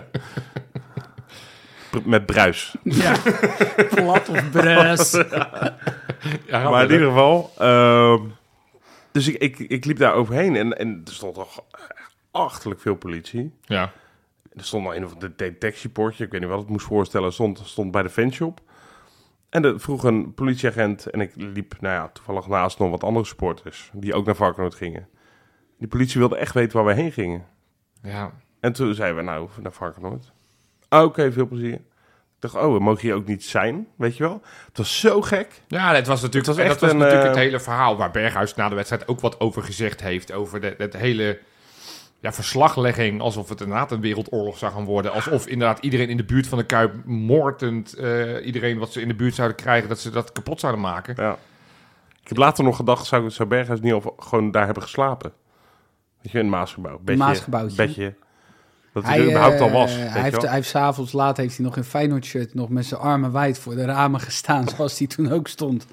Br- Met bruis. Ja, plat of bres. Ja, Maar in ieder geval... ehm, dus ik, ik, ik liep daar overheen en, en er stond toch achterlijk veel politie. Ja. Er stond nog een of ander detectiepoortje, ik weet niet wat het moest voorstellen, stond, stond bij de fanshop. En er vroeg een politieagent en ik liep, nou ja, toevallig naast nog wat andere supporters, die ook naar Varkenoord gingen. Die politie wilde echt weten waar wij heen gingen. Ja. En toen zeiden we, nou, naar Varkenoord. Ah, Oké, okay, veel plezier. Ik dacht, oh, we mogen hier ook niet zijn, weet je wel. Het was zo gek. Ja, het was natuurlijk, het was echt dat was een, natuurlijk uh, het hele verhaal waar Berghuis na de wedstrijd ook wat over gezegd heeft. Over de, het hele ja, verslaglegging, alsof het inderdaad een wereldoorlog zou gaan worden. Alsof inderdaad iedereen in de buurt van de Kuip moordend, uh, iedereen wat ze in de buurt zouden krijgen, dat ze dat kapot zouden maken. Ja. Ik heb later nog gedacht, zou, zou Berghuis niet al gewoon daar hebben geslapen? Weet je, in het Maasgebouw. Bedje, Maasgebouwtje. Bedje. Dat hij, Hij, er überhaupt al uh, was. Hij heeft, hij heeft 's avonds laat heeft hij nog in Feyenoord shirt nog met zijn armen wijd voor de ramen gestaan, zoals hij toen ook stond.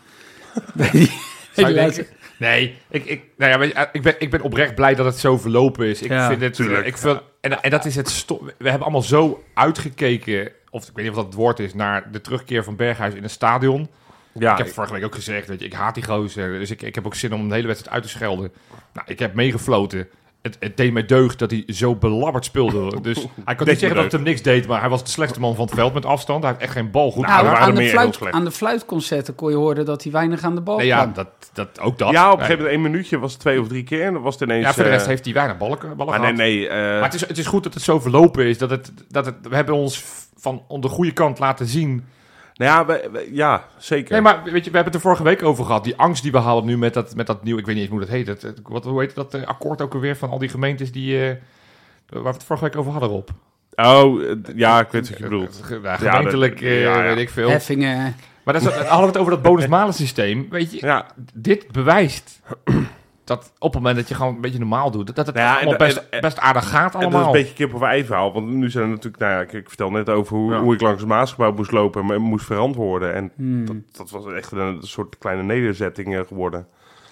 Zou je denken? Nee, ik, ik, nou ja, weet je, ik, ben, ik ben oprecht blij dat het zo verlopen is. Ik Ja, vind het, tuurlijk. ik vind, en, en dat is het. Sto- we hebben allemaal zo uitgekeken, of ik weet niet of dat het woord is, naar de terugkeer van Berghuis in het stadion. Ja, ik heb vorige week ook gezegd, weet je, ik haat die gozer. Dus ik, ik heb ook zin om de hele wedstrijd uit te schelden. Nou, ik heb meegefloten. Het, het deed mij deugd dat hij zo belabberd speelde. Dus hij kon niet zeggen dat het hem niks deed, maar hij was de slechtste man van het veld met afstand. Hij heeft echt geen bal goed. Nou, we Nou, waren aan, de meer fluit, heel slecht. aan de fluitconcerten kon je horen dat hij weinig aan de bal Nee, ja, kwam. dat, dat, ook dat. ja, op een Nee. gegeven moment één minuutje was het twee of drie keer. En dan was het ineens... Ja, voor de rest uh, heeft hij weinig ballen, ballen maar gehad. nee, nee. Uh, Maar het is, het is goed dat het zo verlopen is. Dat het, dat het, we hebben ons van de goede kant laten zien. nou ja, we, we- ja, zeker. Nee, maar weet je, we hebben het er vorige week over gehad. Die angst die we hadden nu met dat, met dat nieuw... Ik weet niet eens hoe dat heet. Het, het- wat, hoe heet dat uh, akkoord ook alweer van al die gemeentes die... Uh, waar we het vorige week over hadden, Rob. Oh, uh, ja, ik weet wat je bedoelt. Ja, gemeentelijk, Ja, dat- ja, uh, ja. weet ik veel. Heffingen. Maar dat is, dan hadden we het over dat bonus-malus systeem. Weet je, Ja, dit bewijst dat op het moment dat je gewoon een beetje normaal doet, dat, dat het Ja, en allemaal da- best, en- best aardig gaat en dat is allemaal. een beetje kip of ei verhaal. Want nu zijn er natuurlijk... Nou ja, ik, ik vertel net over hoe, Ja. hoe ik langs het Maasgebouw moest lopen en me moest verantwoorden. En Hmm. dat, dat was echt een soort kleine nederzetting uh, geworden.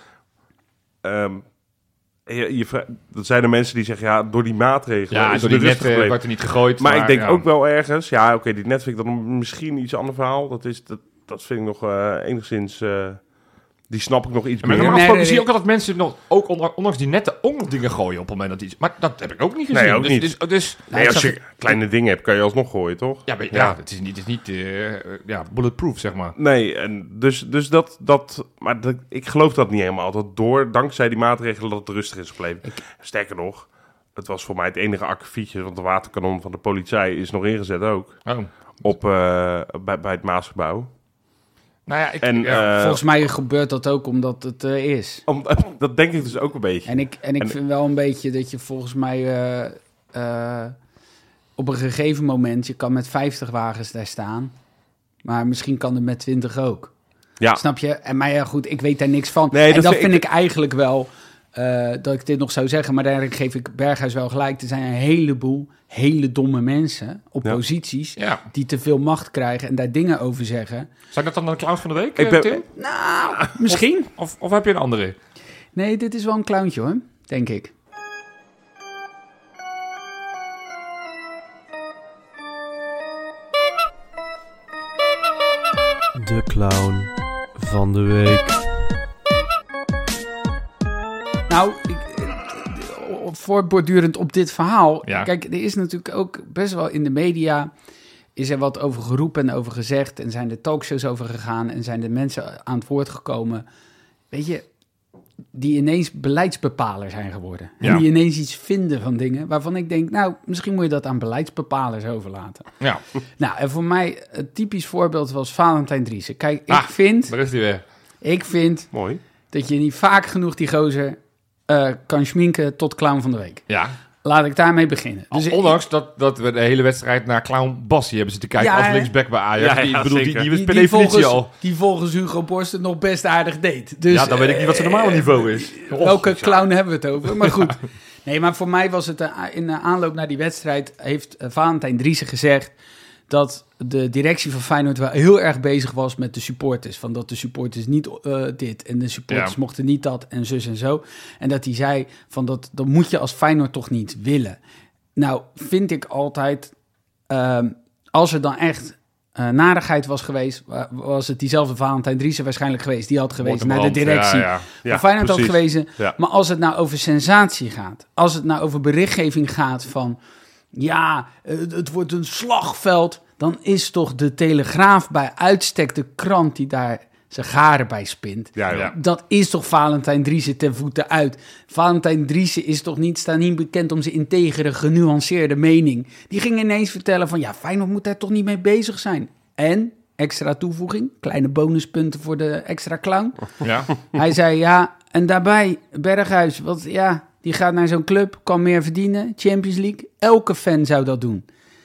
Ehm je, je, vra- dat zijn de mensen die zeggen, ja, door die maatregelen Ja, is door het die rustig net uh, gebleven. wordt er niet gegooid. Maar, ik denk ja. ook wel ergens... Ja, oké, die net vind ik dan misschien iets ander verhaal. Dat, is, dat, dat vind ik nog uh, enigszins... Uh, die snap ik nog iets Ja, maar meer. normaal Nee, gesproken nee, zie je nee. ook altijd mensen nog, ook onder, ondanks die nette ook nog dingen gooien op het moment dat iets... Maar dat heb ik ook niet gezien. Nee, ook dus, niet. Dus, dus, Nee, ik als zag- je kleine dingen hebt, kan je alsnog gooien, toch? ja, maar, ja. Ja. het is niet, het is niet uh, ja, bulletproof, zeg maar. Nee, en dus, dus dat... dat maar dat, ik geloof dat niet helemaal. Dat door, dankzij die maatregelen, dat het rustig is gebleven. Sterker nog, het was voor mij het enige akkefietje... want de waterkanon van de politie is nog ingezet ook... Oh. Op, uh, bij, bij het Maasgebouw. Nou ja, ik, En, ja. uh, Volgens mij gebeurt dat ook omdat het uh, is. om, dat denk ik dus ook een beetje. En ik, en ik En- vind wel een beetje dat je volgens mij uh, uh, op een gegeven moment... je kan met vijftig wagens daar staan, maar misschien kan het met twintig ook. Ja. Snap je? En maar ja, goed, ik weet daar niks van. Nee, en dat dat vind vind ik- ik eigenlijk wel... Uh, dat ik dit nog zou zeggen, maar daar geef ik Berghuis wel gelijk. Er zijn een heleboel hele domme mensen op Ja. posities... ja. die te veel macht krijgen en daar dingen over zeggen. Zijn dat dan de clowns van de week, Ik uh, ben- Tim? Nou, misschien. Of, of heb je een andere? Nee, dit is wel een clowntje hoor, denk ik. De clown van de week. Nou, ik, eh, voortbordurend op dit verhaal. Ja. Kijk, er is natuurlijk ook best wel in de media... is er wat over geroepen en over gezegd... en zijn er talkshows over gegaan... en zijn er mensen aan het woord gekomen... weet je, die ineens beleidsbepaler zijn geworden. Ja. En die ineens iets vinden van dingen... waarvan ik denk, nou, misschien moet je dat aan beleidsbepalers overlaten. Ja, Nou, en voor mij een typisch voorbeeld was Valentijn Driessen. Kijk, ik Ah. vind... daar is die weer. Ik vind Mooi. dat je niet vaak genoeg die gozer uh, kan schminken tot clown van de week. Ja, Laat ik daarmee beginnen. Dus ik- ondanks dat, dat we de hele wedstrijd naar clown Bassie hebben zitten kijken Ja, als hè? linksback bij Ajax. Ja, die, ja, ik bedoel, die, zeker. die, was die, per die definitie volgens, al... die volgens Hugo Borst het nog best aardig deed. Dus, ja, dan weet ik niet wat zijn normale niveau is. uh, welke clown hebben we het over? Maar goed. Nee, maar voor mij was het uh, in de aanloop naar die wedstrijd... heeft uh, Valentijn Driessen gezegd... dat de directie van Feyenoord wel heel erg bezig was met de supporters. Van dat de supporters niet uh, dit en de supporters Ja. mochten niet dat en zus en zo. En dat hij zei van dat, dat moet je als Feyenoord toch niet willen. Nou, vind ik altijd, um, als er dan echt uh, narigheid was geweest... wa- was het diezelfde Valentijn Driessen waarschijnlijk geweest. Die had gewezen naar de directie. Ja, ja. Ja, van Feyenoord had precies. gewezen. Ja. Maar als het nou over sensatie gaat... als het nou over berichtgeving gaat van... ja, het, het wordt een slagveld... dan is toch de Telegraaf bij uitstek de krant die daar zijn garen bij spint. Ja, Ja. Dat is toch Valentijn Driessen ten voeten uit. Valentijn Driessen is toch niet, staat niet bekend om zijn integere, genuanceerde mening. Die ging ineens vertellen van, ja, Feyenoord moet daar toch niet mee bezig zijn. En, extra toevoeging, kleine bonuspunten voor de extra clown. Ja. Hij zei, ja, en daarbij Berghuis, want ja, die gaat naar zo'n club, kan meer verdienen, Champions League. Elke fan zou dat doen.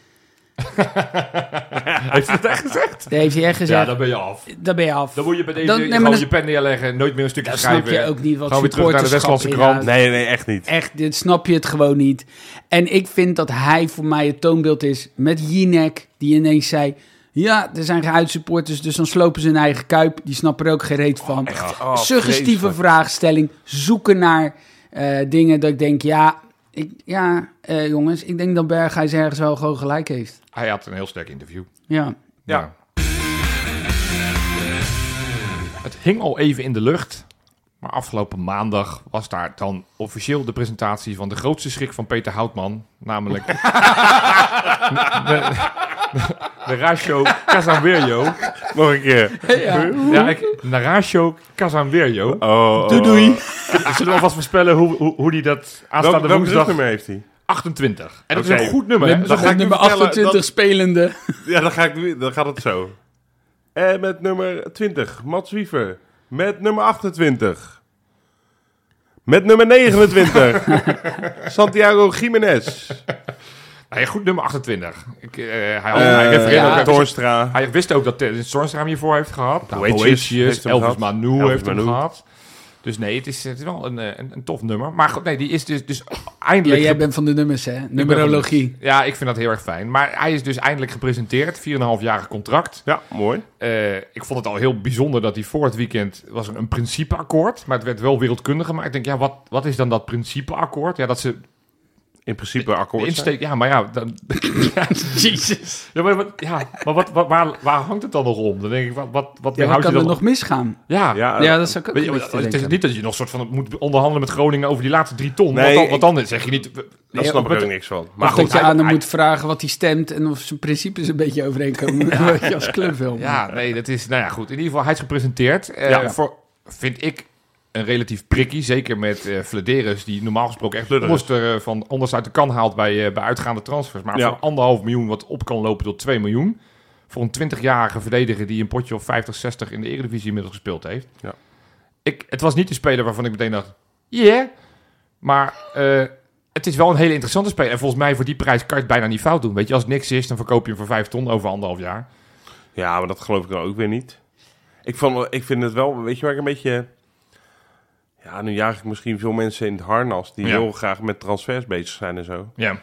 Heeft hij dat echt gezegd? Dat heeft hij echt gezegd. Ja, dan ben je af. Dan ben je af. Dan moet je bij deze Dan- je nee, maar gewoon dat- je pen neerleggen, nooit meer een stukje Dan schrijven. snap je ook niet wat Gewoon weer terug naar de supporterschap Westlandse krant. inhoudt. Nee, nee, echt niet. Echt, dit snap je het gewoon niet. En ik vind dat hij voor mij het toonbeeld is met Jinek, die ineens zei, ja, er zijn gehuidsupporters, dus dan slopen ze hun eigen kuip. Die snappen er ook geen reet van. Oh, Suggestieve vreselijk. vraagstelling, zoeken naar eh, dingen dat ik denk, ja, ik, ja eh, jongens, ik denk dat Berghuis ergens wel gewoon gelijk heeft. Hij had een heel sterk interview. Ja. Ja. Het hing al even in de lucht. Maar afgelopen maandag was daar dan officieel de presentatie van de grootste schrik van Peter Houtman. Namelijk de, de, de Ratio Casanverio. Nog een keer. Ja. Ja, ik, Naratio Casanverio. Oh, Doei, doei. Zullen we alvast voorspellen hoe, hoe, hoe die dat aanstaande Welk, welk woensdag... nummer heeft hij? achtentwintig. En dat Oké. is een goed nummer, hè? Met dan ga ik nu nummer vertellen achtentwintig dat- spelende. Ja, dan, ga ik, nu- dan gaat het zo. En met nummer twintig, Mats Wiever. Met nummer achtentwintig. Met nummer negenentwintig, Santiago Gimenez. Nee, goed nummer achtentwintig. Ik, eh, hij, had, Uh, hij, refereerde ja, ook, hij, wist, Toornstra. hij wist ook dat uh, Stormstra hem hiervoor heeft gehad. Nou, Boetius Boetius, heeft hem Elvis gehad. Manu Elvis heeft hem Manu. gehad. Dus nee, het is, het is wel een, een, een tof nummer. Maar goed, nee, die is dus, dus Ja, eindelijk... jij ge- bent van de nummers, hè? ik ben van Numerologie. de- Ja, ik vind dat heel erg fijn. Maar hij is dus eindelijk gepresenteerd. vier komma vijf-jarig contract. Ja, mooi. Uh, ik vond het al heel bijzonder dat hij voor het weekend... was er een principeakkoord, maar het werd wel wereldkundig gemaakt. Ik denk, ja, wat, wat is dan dat principeakkoord? Ja, dat ze... In principe akkoord zijn. Insteek, ja, maar ja, dan, Jezus. ja, maar, wat, ja, maar wat, wat, waar, waar hangt het dan nog om? Dan denk ik, wat, wat, wat Ja, wat houdt je kan er dan nog misgaan? Ja, Ja, Ja, dat zou ik ook Weet je, een beetje het is denken. niet dat je nog soort van moet onderhandelen met Groningen over die laatste drie ton. Nee, want, dan, ik- want dan zeg je niet... daar Nee, snap ik met- ook niks van. Maar Maar goed, dat je hij- aan hem hij- moet vragen wat hij stemt en of zijn principes een beetje overeenkomen met wat je als club wil. Ja, nee, dat is... Nou ja, goed. In ieder geval, hij is gepresenteerd. Eh, Ja. voor, vind ik een relatief prikkie. Zeker met eh Flederis, die normaal gesproken echt Flederis. onderste, eh, van onderste uit de kan haalt bij, eh, bij uitgaande transfers. Maar Ja. voor anderhalf miljoen wat op kan lopen tot twee miljoen. Voor een twintigjarige verdediger die een potje of vijftig, zestig in de Eredivisie inmiddels gespeeld heeft. Ja. Ik, het was niet de speler waarvan ik meteen dacht, yeah. Maar eh, het is wel een hele interessante speler. En volgens mij voor die prijs kan je het bijna niet fout doen. Weet je, als het niks is, dan verkoop je hem voor vijf ton over anderhalf jaar. Ja, maar dat geloof ik dan ook weer niet. Ik, vond, ik vind het wel, weet je waar ik een beetje... Ja, nu jaag ik misschien veel mensen in het harnas die Ja. heel graag met transfers bezig zijn en zo. Ja.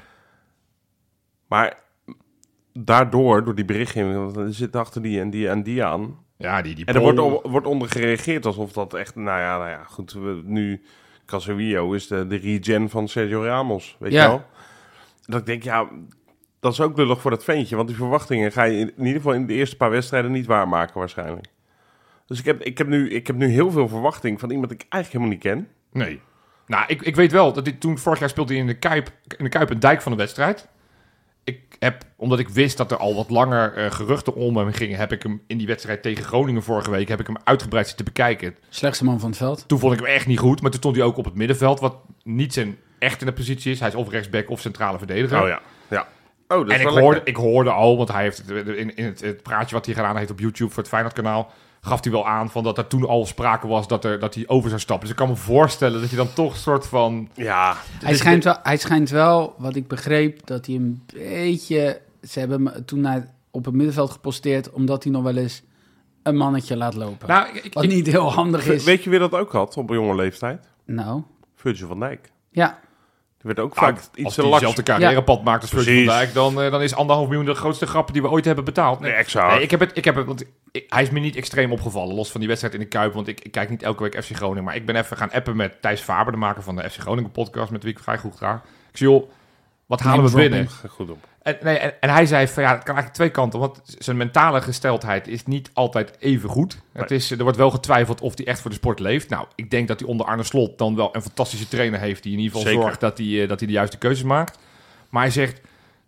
Maar daardoor, door die berichtgeving, want er zit achter die en die en die aan. Ja, die, die En er Paul- wordt, op- wordt onder gereageerd alsof dat echt, nou ja, nou ja, goed, we, nu Casemiro is de, de regen van Sergio Ramos, weet Ja. je wel? Dat ik denk, ja, dat is ook lullig voor dat ventje, want die verwachtingen ga je in, in ieder geval in de eerste paar wedstrijden niet waarmaken waarschijnlijk. Dus ik heb, ik heb, nu, ik heb nu heel veel verwachting van iemand die ik eigenlijk helemaal niet ken. Nee. Nou, ik, ik weet wel dat dit, toen vorig jaar speelde hij in de Kuip, in de Kuip een dijk van de wedstrijd. Ik heb, omdat ik wist dat er al wat langer eh, geruchten om hem gingen, heb ik hem in die wedstrijd tegen Groningen vorige week heb ik hem uitgebreid zitten bekijken. Slechtste man van het veld. Toen vond ik hem echt niet goed, maar toen stond hij ook op het middenveld, wat niet zijn echt in de positie is. Hij is of rechtsback of centrale verdediger. Oh ja, ja. Oh, dat is En ik wel hoorde, lekker. ik hoorde al, want hij heeft het, in, in het, het praatje wat hij gedaan heeft op YouTube voor het Feyenoord-kanaal, gaf hij wel aan van dat er toen al sprake was dat, er, dat hij over zou stappen. Dus ik kan me voorstellen dat je dan toch een soort van... Ja, Hij schijnt, wel, hij schijnt wel, wat ik begreep, dat hij een beetje... Ze hebben hem toen naar, op het middenveld geposteerd, omdat hij nog wel eens een mannetje laat lopen. Nou, ik, wat ik- niet heel handig is. weet je wie dat ook had op een jonge leeftijd? Nou, Virgil van Dijk. ja. Die werd ook Nou, vaak als iets te hij laks. dezelfde carrièrepad maakt als Virgil van Precies. Dijk, dan, eh, dan is anderhalf miljoen de grootste grap die we ooit hebben betaald. Nee, exact. Nee, ik heb het, ik heb het, want ik- hij is me niet extreem opgevallen, los van die wedstrijd in de Kuip, want ik, ik kijk niet elke week F C Groningen, maar ik ben even gaan appen met Thijs Faber, de maker van de F C Groningen podcast, met wie ik vrij goed ga. Ik zei, joh, wat halen we Name binnen? Goed op. En, nee, en, en hij zei van ja, het kan eigenlijk twee kanten. Want zijn mentale gesteldheid is niet altijd even goed. Het is, er wordt wel getwijfeld of hij echt voor de sport leeft. Nou, ik denk dat hij onder Arne Slot dan wel een fantastische trainer heeft die in ieder geval Zeker. zorgt dat hij, eh, dat hij de juiste keuzes maakt. Maar hij zegt,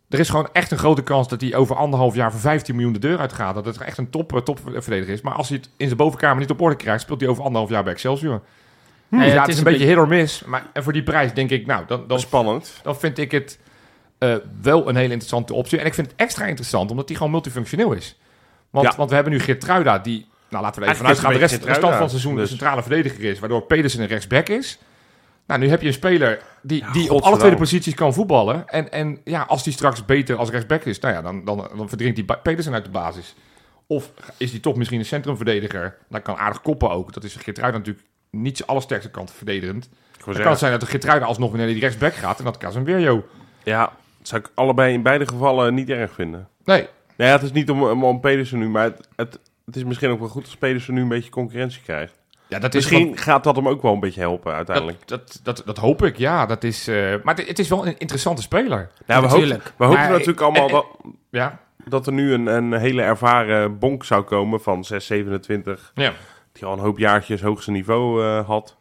er is gewoon echt een grote kans dat hij over anderhalf jaar voor vijftien miljoen de deur uitgaat. Dat het echt een top, top verdediger is. Maar als hij het in zijn bovenkamer niet op orde krijgt, speelt hij over anderhalf jaar bij Excelsior. Hm. Nee, Dus ja, het het is is een een beetje hit or miss. Maar en voor die prijs denk ik, nou, dan, dan, Spannend. dan vind ik het uh, wel een hele interessante optie. En ik vind het extra interessant, omdat hij gewoon multifunctioneel is. Want, ja. want we hebben nu Geertruida, die, nou laten we er even vanuit gaan, de rest de stand van het seizoen dus. de centrale verdediger is, waardoor Pedersen een rechtsback is. Nou, nu heb je een speler die, ja, die op alle tweede posities kan voetballen. En, en ja, als die straks beter als rechtsback is, nou ja, dan, dan, dan verdringt die Pedersen uit de basis. Of is die toch misschien een centrumverdediger? Dan kan aardig koppen ook. Dat is Geertruida natuurlijk niet zijn allersterkste kant verdedigend. Het kan zijn dat de Geertruida alsnog weer naar die rechtsback gaat en dat Casemiro. Ja, dat zou ik allebei in beide gevallen niet erg vinden. Nee. Nou ja, het is niet om, om, om Pedersen nu, maar het, het, het is misschien ook wel goed als Pedersen nu een beetje concurrentie krijgt. Ja, dat is Misschien van, gaat dat hem ook wel een beetje helpen uiteindelijk. Dat, dat, dat, dat hoop ik, ja. Dat is, uh, maar het, het is wel een interessante speler. Ja, we hopen, we hopen natuurlijk allemaal en, dat, ja. dat er nu een, een hele ervaren bonk zou komen van zes zevenentwintig. Ja. Die al een hoop jaartjes hoogste niveau uh, had.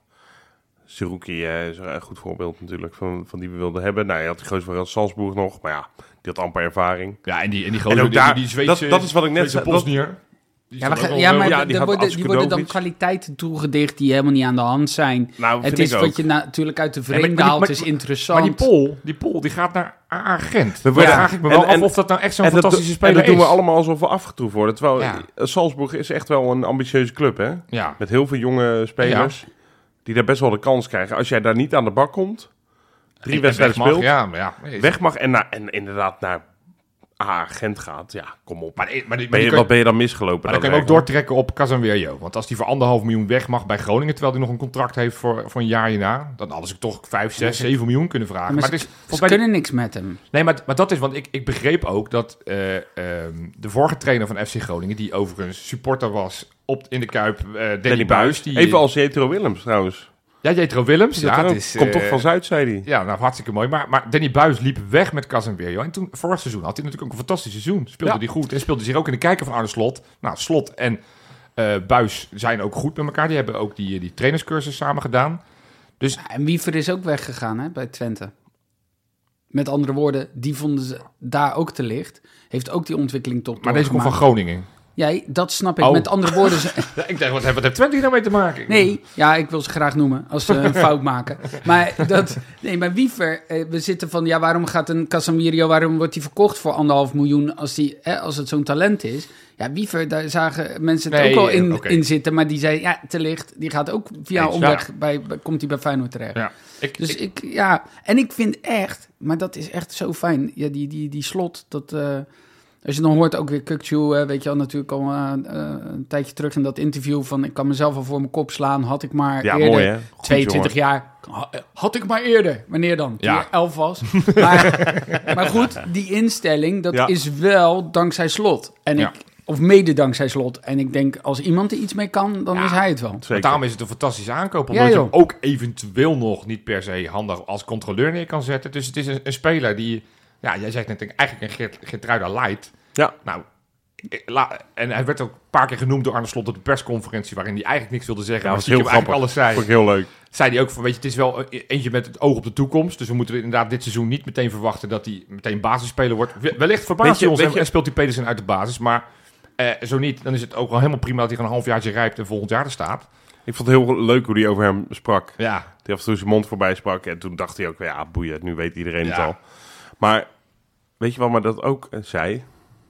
Zerouki uh, is een goed voorbeeld natuurlijk van, van die we wilden hebben. Nou, je had die grootste van Salzburg nog, maar ja, die had amper ervaring. Ja, en die, en die grote, en ook daar, die, die Zweedse, dat, dat is wat ik net zei. Ja, maar, ja, maar ja, die, er worden, die worden dan kwaliteiten toegedicht die helemaal niet aan de hand zijn. Nou, het is wat je na, natuurlijk uit de vreemde ja, haalt, het is interessant. Maar die Pool, die Pool, die gaat naar A A Gent. Dan ja. vraag ik me wel en, af of dat nou echt zo'n fantastische dat, speler is. En dat doen we allemaal alsof we afgetroefd worden. Terwijl ja. Salzburg is echt wel een ambitieuze club, hè? Ja. Met heel veel jonge spelers ja. die daar best wel de kans krijgen. Als jij daar niet aan de bak komt, drie wedstrijden speelt, ja, maar ja, weg mag en, na, en inderdaad naar Ah, Gent gaat, ja, kom op. Maar, maar, maar, ben je, maar wat kan, ben je dan misgelopen? Maar dan kan je ook doortrekken op Casemiro. Want als hij voor anderhalf miljoen weg mag bij Groningen, terwijl hij nog een contract heeft voor, voor een jaar hierna, dan hadden ze toch vijf, zes, zeven miljoen kunnen vragen. Ja, maar, maar ze, het is, ze kunnen niks met hem. Nee, maar, maar dat is, want ik, ik begreep ook dat uh, um, de vorige trainer van F C Groningen, die overigens supporter was op, in de Kuip, uh, Danny, Danny Buis. Die, Even als Jetro Willems trouwens. Ja, Jetro Willems. Ja, ja, het is, komt uh, toch van Zuid, zei hij. Ja, nou, hartstikke mooi. Maar, maar Danny Buis liep weg met Casemiro. En toen, vorig seizoen, had hij natuurlijk ook een fantastisch seizoen. Speelde ja. hij goed en speelde zich ook in de kijker van Arne Slot. Nou, Slot en uh, Buis zijn ook goed met elkaar. Die hebben ook die, die trainerscursus samen gedaan. Dus... Ja, en Wiever is ook weggegaan hè, bij Twente. Met andere woorden, die vonden ze daar ook te licht. Heeft ook die ontwikkeling tot. Maar deze komt van Groningen. Ja, dat snap ik. Oh. Met andere woorden... Ze... ja, ik dacht, wat heeft, wat heeft Twente hier nou mee te maken? Nee, ja, ik wil ze graag noemen als ze een fout maken. Maar dat... Nee, maar Wiever, eh, we zitten van... Ja, waarom gaat een Casemiro, waarom wordt hij verkocht voor anderhalf miljoen als, die, eh, als het zo'n talent is? Ja, Wiever, daar zagen mensen het nee, ook wel in, okay. in zitten. Maar die zei, ja, te licht. Die gaat ook via Eens, omweg, ja. bij, bij, komt hij bij Feyenoord terecht. Ja. Ik, dus ik, ik, ja... En ik vind echt, maar dat is echt zo fijn. Ja, die, die, die Slot, dat... Uh, Als je dan hoort ook weer Kukçu, uh, weet je al natuurlijk al uh, een tijdje terug in dat interview van ik kan mezelf al voor mijn kop slaan, had ik maar ja, eerder, mooi, hè? Goed, tweeëntwintig jongen. Jaar, had ik maar eerder, wanneer dan? Toen ja. je elf was. maar, maar goed, die instelling, dat ja. is wel dankzij Slot. En ja. ik, of mede dankzij Slot. En ik denk, als iemand er iets mee kan, dan ja, is hij het wel. Daarom is het een fantastische aankoop, omdat ja, je hem ook eventueel nog niet per se handig als controleur neer kan zetten. Dus het is een, een speler die... Ja, jij zegt net eigenlijk een Geert, Geertruida light. Ja. Nou, la, en hij werd ook een paar keer genoemd door Arne Slot op de persconferentie, waarin hij eigenlijk niks wilde zeggen. Ja, maar was heel grappig. Alles zei. Vond ik heel leuk. Zei hij ook van, weet je, het is wel eentje met het oog op de toekomst. Dus we moeten inderdaad dit seizoen niet meteen verwachten dat hij meteen basisspeler wordt. Wellicht verbaast hij ons en, en speelt hij Pedersen uit de basis. Maar eh, zo niet, dan is het ook wel helemaal prima dat hij gewoon een halfjaartje rijpt en volgend jaar er staat. Ik vond het heel leuk hoe hij over hem sprak. Ja. Die af en toe zijn mond voorbij sprak. En toen dacht hij ook, ja, boeien, nu weet iedereen ja. het al. Maar... Weet je wat, maar dat ook uh, zei?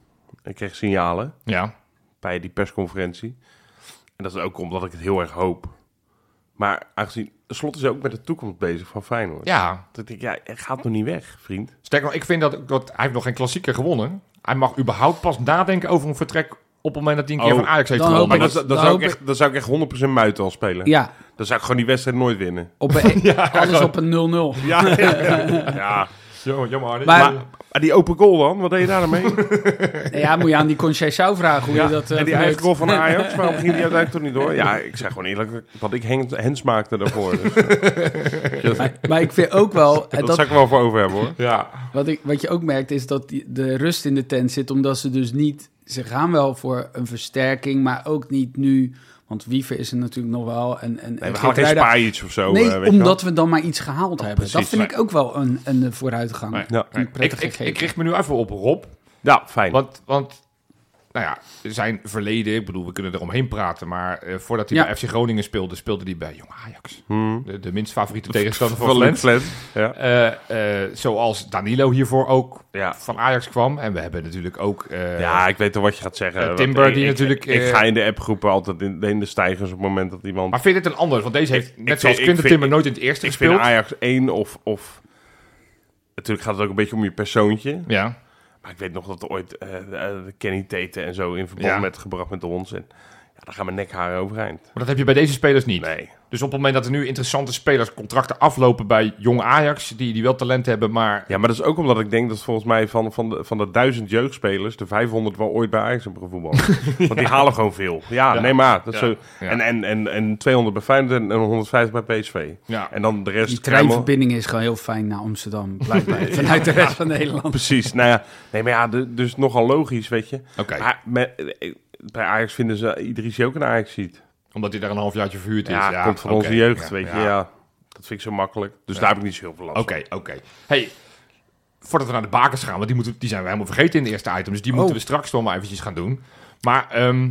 Ik kreeg signalen ja. bij die persconferentie. En dat is ook omdat ik het heel erg hoop. Maar aangezien Slot is ook met de toekomst bezig van Feyenoord. Ja. Dat ik, ja, hij gaat nog niet weg, vriend. Sterker nog, ik vind dat, dat hij heeft nog geen klassieker gewonnen. Hij mag überhaupt pas nadenken over een vertrek op het moment dat hij een keer oh, van Ajax heeft gewonnen. Maar dat, dat, dat, zou ik echt, dat zou ik echt honderd procent muiten al spelen. Ja. Dan zou ik gewoon die wedstrijd nooit winnen. Op een, ja, alles gewoon. Op een nul nul. Ja, ja, ja. ja. Jammer, jammer. Maar, maar die open goal dan, wat deed je daar dan mee? Ja, moet je aan die Conceição vragen hoe ja, je dat... Uh, en die eigen goal van Ajax, waarom ging die uiteindelijk toch niet door? Ja, ik zeg gewoon eerlijk dat ik hens maakte daarvoor. Dus. maar, maar ik vind ook wel... Dat, dat zou ik wel voor over hebben, hoor. Ja. Wat, ik, wat je ook merkt is dat die, de rust in de tent zit, omdat ze dus niet... Ze gaan wel voor een versterking, maar ook niet nu Want Wiever is er natuurlijk nog wel. En, en, Nee, en we gaan geen Geertruida- Spajic of zo. Nee, uh, weet omdat je we dan maar iets gehaald hebben. precies. Dat vind Nee. ik ook wel een, een vooruitgang. Nee. Ja. Een Ik, prettige ik, gegeven. ik richt me nu even op Rob. wel. Ja, fijn. Want, want nou ja, zijn verleden, ik bedoel, we kunnen eromheen praten. Maar eh, voordat hij Ja. bij F C Groningen speelde, speelde hij bij Jong Ajax. Hmm. De, de minst favoriete tegenstander van Van Luc Flens. Flens. Ja. Eh, eh, zoals Danilo hiervoor ook Ja. van Ajax kwam. En we hebben natuurlijk ook... eh, ja, ik weet wel wat je gaat zeggen. eh, Want Timber, ik- die ik, natuurlijk, Ik, eh, ga in de appgroepen altijd in, in de stijgers op het moment dat iemand... Maar vind je het een ander? Want deze heeft, Ik- net ik zoals vind- ik Quinten vind- Timber, nooit in het eerste ik gespeeld. vind Ajax één of, of... Natuurlijk gaat het ook een beetje om je persoontje. Ja, Maar ik weet nog dat er ooit eh, de Kenny Tete en zo in verband Ja. met gebracht met ons. En ja, daar gaan mijn nekharen overeind. maar dat heb je bij deze spelers niet. Nee. Dus op het moment dat er nu interessante spelers contracten aflopen bij Jong Ajax, die, die wel talent hebben, maar... Ja, maar dat is ook omdat ik denk dat volgens mij van, van, de, van de duizend jeugdspelers de vijfhonderd wel ooit bij Ajax hebben gevoetbald. Want die halen gewoon veel. Ja, Ja. nee maar. Dat is Ja. zo. Ja. En, en, en, en tweehonderd bij Feyenoord en en honderdvijftig bij P S V. Ja. En dan de rest... Die kruimel- treinverbinding is gewoon heel fijn naar Amsterdam. Blijkbaar. Vanuit de rest van Nederland. Precies. Nou ja, nee, maar ja, de- dus nogal logisch, weet je. Oké, Maar met, eh, bij Ajax vinden ze Idrissi ook een Ajax-ziet. omdat hij daar een halfjaartje verhuurd is. Ja, Ja, komt van oké. onze jeugd, Ja, weet je. ja. Ja, dat vind ik zo makkelijk. Dus Ja. daar heb ik niet zo heel veel last Oké, oké. Hey, voordat we naar de bakens gaan, want die, moeten, die zijn we helemaal vergeten in de eerste item, dus die moeten Oh. we straks nog maar eventjes gaan doen. Maar ehm,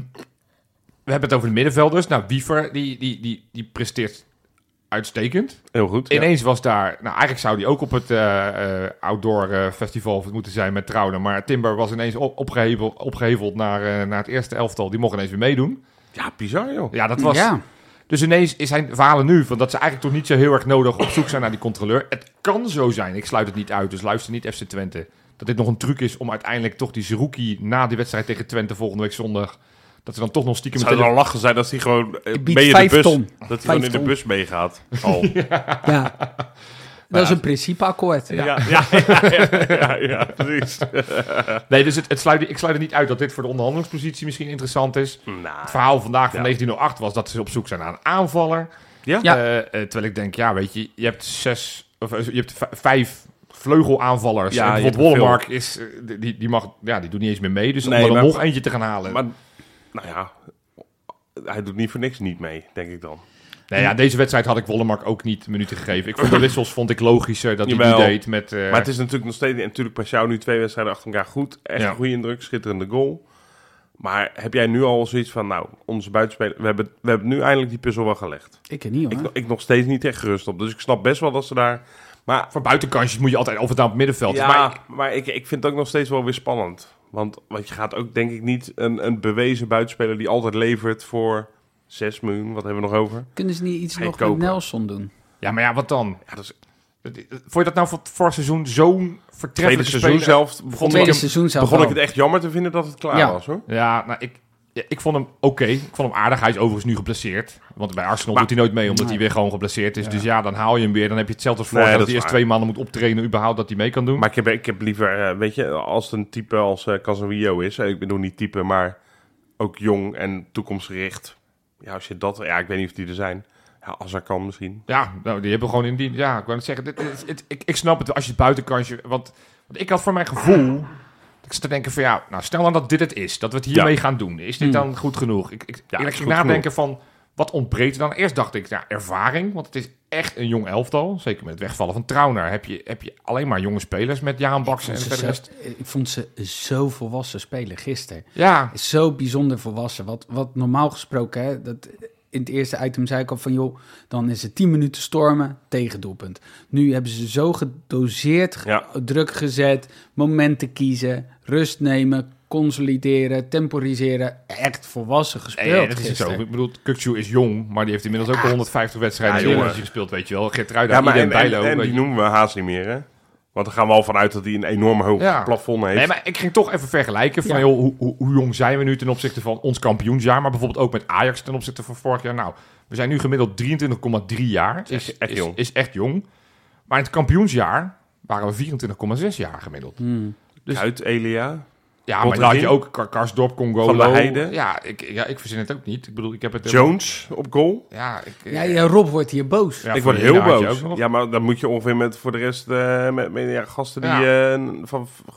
we hebben het over de middenvelders. Nou, Wiever, die, die, die, die presteert uitstekend. van. Heel goed. ja. Ineens was daar... Nou, eigenlijk zou die ook op het eh, eh, outdoor eh, festival moeten zijn met Trouwen. Maar Timber was ineens op, opgeheveld, opgeheveld naar, eh, naar het eerste elftal. Die mocht ineens weer meedoen. Ja, bizar joh. Ja, dat was... Ja. Dus ineens is zijn verhalen nu van dat ze eigenlijk toch niet zo heel erg nodig op zoek zijn naar die controleur. Het kan zo zijn, ik sluit het niet uit, dus luister niet F C Twente. Dat dit nog een truc is om uiteindelijk toch die Zerouki na die wedstrijd tegen Twente volgende week zondag... Dat ze dan toch nog stiekem... Het zou met dan lachen zijn als hij gewoon eh, Ik bied mee in de vijf bus, ton. dat hij Vijf gewoon in de ton. bus meegaat. Al. Ja. Dat is een principeakkoord. Ja, ja, ja, ja, ja, ja, precies. Nee, dus het, het sluit, ik sluit er niet uit dat dit voor de onderhandelingspositie misschien interessant is. Nou, Het verhaal vandaag van Ja. negentien oh acht was dat ze op zoek zijn naar een aanvaller. ja? Ja. Eh, eh, terwijl ik denk, ja, weet je, je hebt zes, of eh, je hebt v- vijf vleugelaanvallers. Ja, en je bijvoorbeeld hebt Wollemark is, eh, die, die mag, ja, die doet niet eens meer mee. Dus Nee, om er maar- nog eentje te gaan halen. Maar, nou ja, hij doet niet voor niks niet mee, denk ik dan. nee, ja, deze wedstrijd had ik Wollemark ook niet minuten gegeven. Ik vond de wissels vond ik logischer dat hij die Jawel. deed met... eh, Maar het is natuurlijk nog steeds, en natuurlijk pas jou nu twee wedstrijden achter elkaar goed. Echt Ja. een goede indruk, schitterende goal. Maar heb jij nu al zoiets van, nou, onze buitenspeler, we hebben, we hebben nu eindelijk die puzzel wel gelegd. Ik er niet Ik, hoor. ik nog steeds niet echt gerust op. Dus ik snap best wel dat ze daar... Maar voor buitenkansjes moet je altijd of het nou op het middenveld. ja, Maar maar, ik, ik vind het ook nog steeds wel weer spannend. Want, want je gaat ook, denk ik, niet een, een bewezen buitenspeler die altijd levert voor zes miljoen. Wat hebben we nog over? Kunnen ze niet iets Hij nog kopen. met Nelson doen? ja, maar ja, wat dan? Ja, dat is Vond je dat nou voor het vorig seizoen zo'n tweede vertreffelijke seizoen speler? zelf. Begon, Vond Tweede ik hem- seizoen zelf begon ik wel. het echt jammer te vinden dat het klaar Ja. was, hoor. Ja, nou, ik, ja, ik vond hem oké. Ik vond hem aardig. Hij is overigens nu geblesseerd. Want bij Arsenal Maar- doet hij nooit mee, omdat Nee. hij weer gewoon geblesseerd is. Ja. Dus ja, dan haal je hem weer. Dan heb je hetzelfde als vorig Nee, jaar, dat dat is hij eerst waar. twee maanden moet optrainen, überhaupt dat hij mee kan doen. Maar ik heb, ik heb liever, eh, weet je, als het een type als uh, Casemiro is. eh, ik bedoel niet type, maar ook jong en toekomstgericht. Ja, als je dat... Ja, ik weet niet of die er zijn. Ja, als er kan misschien. Ja, nou, die hebben gewoon in die... Ja, ik wou net zeggen, dit, dit- dit- ik, ik snap het als je het buitenkansje... Want, want ik had voor mijn gevoel... Ik zat te denken van ja, nou stel nou dat dit het is. Dat we het hiermee Ja. gaan doen. Is dit Hmm. dan goed genoeg? Ik, ik, Ja, ik is ging goed nadenken van... Wat ontbreekt er dan? Eerst dacht ik, ja, ervaring. Want het is echt een jong elftal. Zeker met het wegvallen van Trauner. Heb je, heb je alleen maar jonge spelers met Jaan Baksen en Ik de vond, rest. ze zo, ik vond ze zo volwassen spelen gisteren. Ja, Zo bijzonder volwassen. Wat, wat normaal gesproken, hè, dat, in het eerste item zei ik al van... joh, dan is het tien minuten stormen, tegendoelpunt. Nu hebben ze zo gedoseerd, ge- Ja. druk gezet... momenten kiezen, rust nemen, consolideren, temporiseren. Echt volwassen gespeeld nee, dat is het zo. gisteren. Ik bedoel, Kukçu is jong, maar die heeft inmiddels ook al honderdvijftig wedstrijden Ja, in de jongen. Eredivisie gespeeld, weet je wel. Geertruida, Ja, maar Idem, en, en, Bijlo. en weet die je. noemen we haast niet meer, hè? Want dan gaan we al vanuit dat hij een enorm hoog Ja. plafond heeft. Nee, maar ik ging toch even vergelijken van, Ja. joh, hoe, hoe, hoe jong zijn we nu ten opzichte van ons kampioensjaar, maar bijvoorbeeld ook met Ajax ten opzichte van vorig jaar. Nou, we zijn nu gemiddeld drieëntwintig komma drie jaar. Is Is, echt is, jong. is echt jong. Maar in het kampioensjaar waren we vierentwintig komma zes jaar gemiddeld. Hmm. Dus- Uit Elia. Ja, maar Bottegien? dan had je ook Kar- Karsdorp, Congolo. Van der Heijden? Ja, ik, ja, ik verzin het ook niet. Ik bedoel, ik heb het... Jones op goal. Ja, ik, Ja, ja, Rob wordt hier boos. ja, ik voor word Hina heel had je boos. ook nog. Ja, maar dan moet je ongeveer met voor de rest... eh, met, met ja, gasten die Ja. eh, van f- groep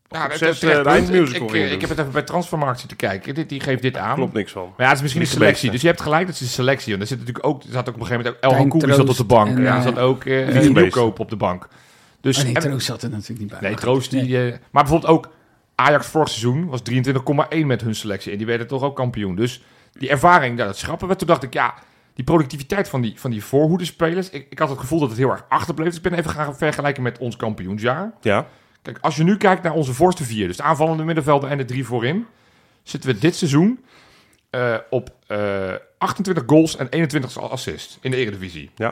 Ja, dat Zes, is terecht uh, de punt. eindmusical ik, ging ik, ik heb het even bij Transfermarkt zitten kijken. Dit, die geeft dit aan. Klopt niks van. Maar ja, het is misschien Niet een selectie. gebeten. Dus je hebt gelijk, dat is een selectie. Want er zit natuurlijk ook, er zat ook op een gegeven moment ook El Tijn Hankouri zat op de Troost bank. en, ja, er uh, zat ook uh, Niet gebeten. Nieuwkoop op de bank. Dus, Oh nee, en- Troost zat er natuurlijk niet bij. nee, Maar Troost goed, die... nee. uh, maar bijvoorbeeld ook Ajax vorig seizoen was drieëntwintig komma één met hun selectie. En die werden toch ook kampioen. Dus die ervaring, nou, dat schrappen we. Toen dacht ik, ja, die productiviteit van die, van die voorhoedespelers. Ik, ik had het gevoel dat het heel erg achterbleef. Dus ik ben even gaan vergelijken met ons kampioensjaar. Ja. Kijk, als je nu kijkt naar onze voorste vier, dus de aanvallende middenvelden en de drie voorin, zitten we dit seizoen uh, op uh, achtentwintig goals en eenentwintig assists in de Eredivisie. Ja.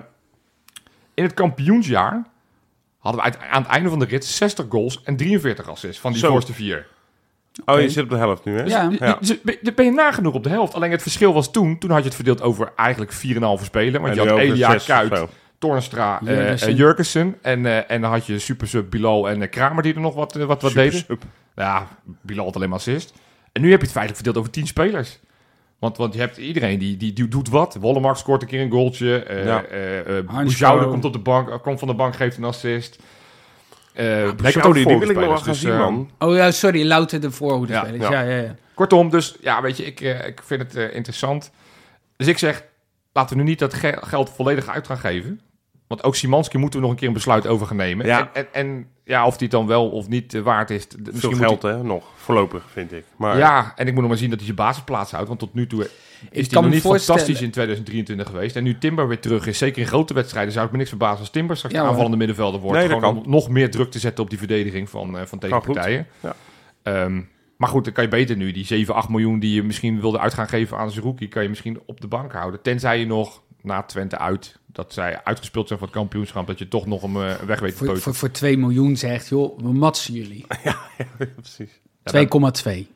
In het kampioensjaar hadden we uit, aan het einde van de rit zestig goals en drieënveertig assists van die Zo. voorste vier. Oh, je zit op de helft nu, hè? Ja. Ja. Dus ben ben je nagenoeg op de helft. Alleen het verschil was toen, toen had je het verdeeld over eigenlijk vier komma vijf spelen. Want En je nu had over Elia, zes of Kuyt, zo. Toornstra, uh, Jurgensen. uh, Jurgensen. En, uh, en dan had je supersub Bilal en uh, Kramer die er nog wat, uh, wat, wat deden. Supersub. Ja, Bilal had alleen maar assist. En nu heb je het feitelijk verdeeld over tien spelers. Want, want je hebt iedereen die, die, die doet wat. Wollemark scoort een keer een goaltje. Uh, Ja. uh, uh, Hansko. Boujoude komt op de bank, uh, komt van de bank, geeft een assist. Uh, Ja, lekker zo, ook die, die wil ik nog wel voorspelers. gaan Dus, zien, uh, man. Oh ja, sorry, louter de voorhoede Ja, spelers. ja. Ja, ja, ja. Kortom, dus ja, weet je, ik, uh, ik vind het uh, interessant. Dus ik zeg, laten we nu niet dat ge- geld volledig uit gaan geven. Want ook Szymanski moeten we nog een keer een besluit over gaan nemen. Ja. En, en, en ja, of die het dan wel of niet uh, waard is. d- Misschien Veel moet geld, hij- hè, nog. Voorlopig, vind ik. Maar Ja, en ik moet nog maar zien dat hij zijn basisplaats houdt. Want tot nu toe is hij kan nog me niet voorstellen- fantastisch in tweeduizend drieëntwintig geweest. En nu Timber weer terug is, zeker in grote wedstrijden, zou ik me niks verbazen als Timber straks Ja, de hoor. aanvallende middenvelder wordt. Nee, dat Gewoon kan. om nog meer druk te zetten op die verdediging van, uh, van Kan goed. tegenpartijen. Ja. Ehm, maar goed, dan kan je beter nu die zeven, acht miljoen die je misschien wilde uit gaan geven aan Zerouki, kan je misschien op de bank houden. Tenzij je nog na Twente uit, dat zij uitgespeeld zijn van het kampioenschap, dat je toch nog een uh, weg weet te Voor, peuteren. voor, voor twee miljoen zegt, joh, we matsen jullie. precies. twee komma twee.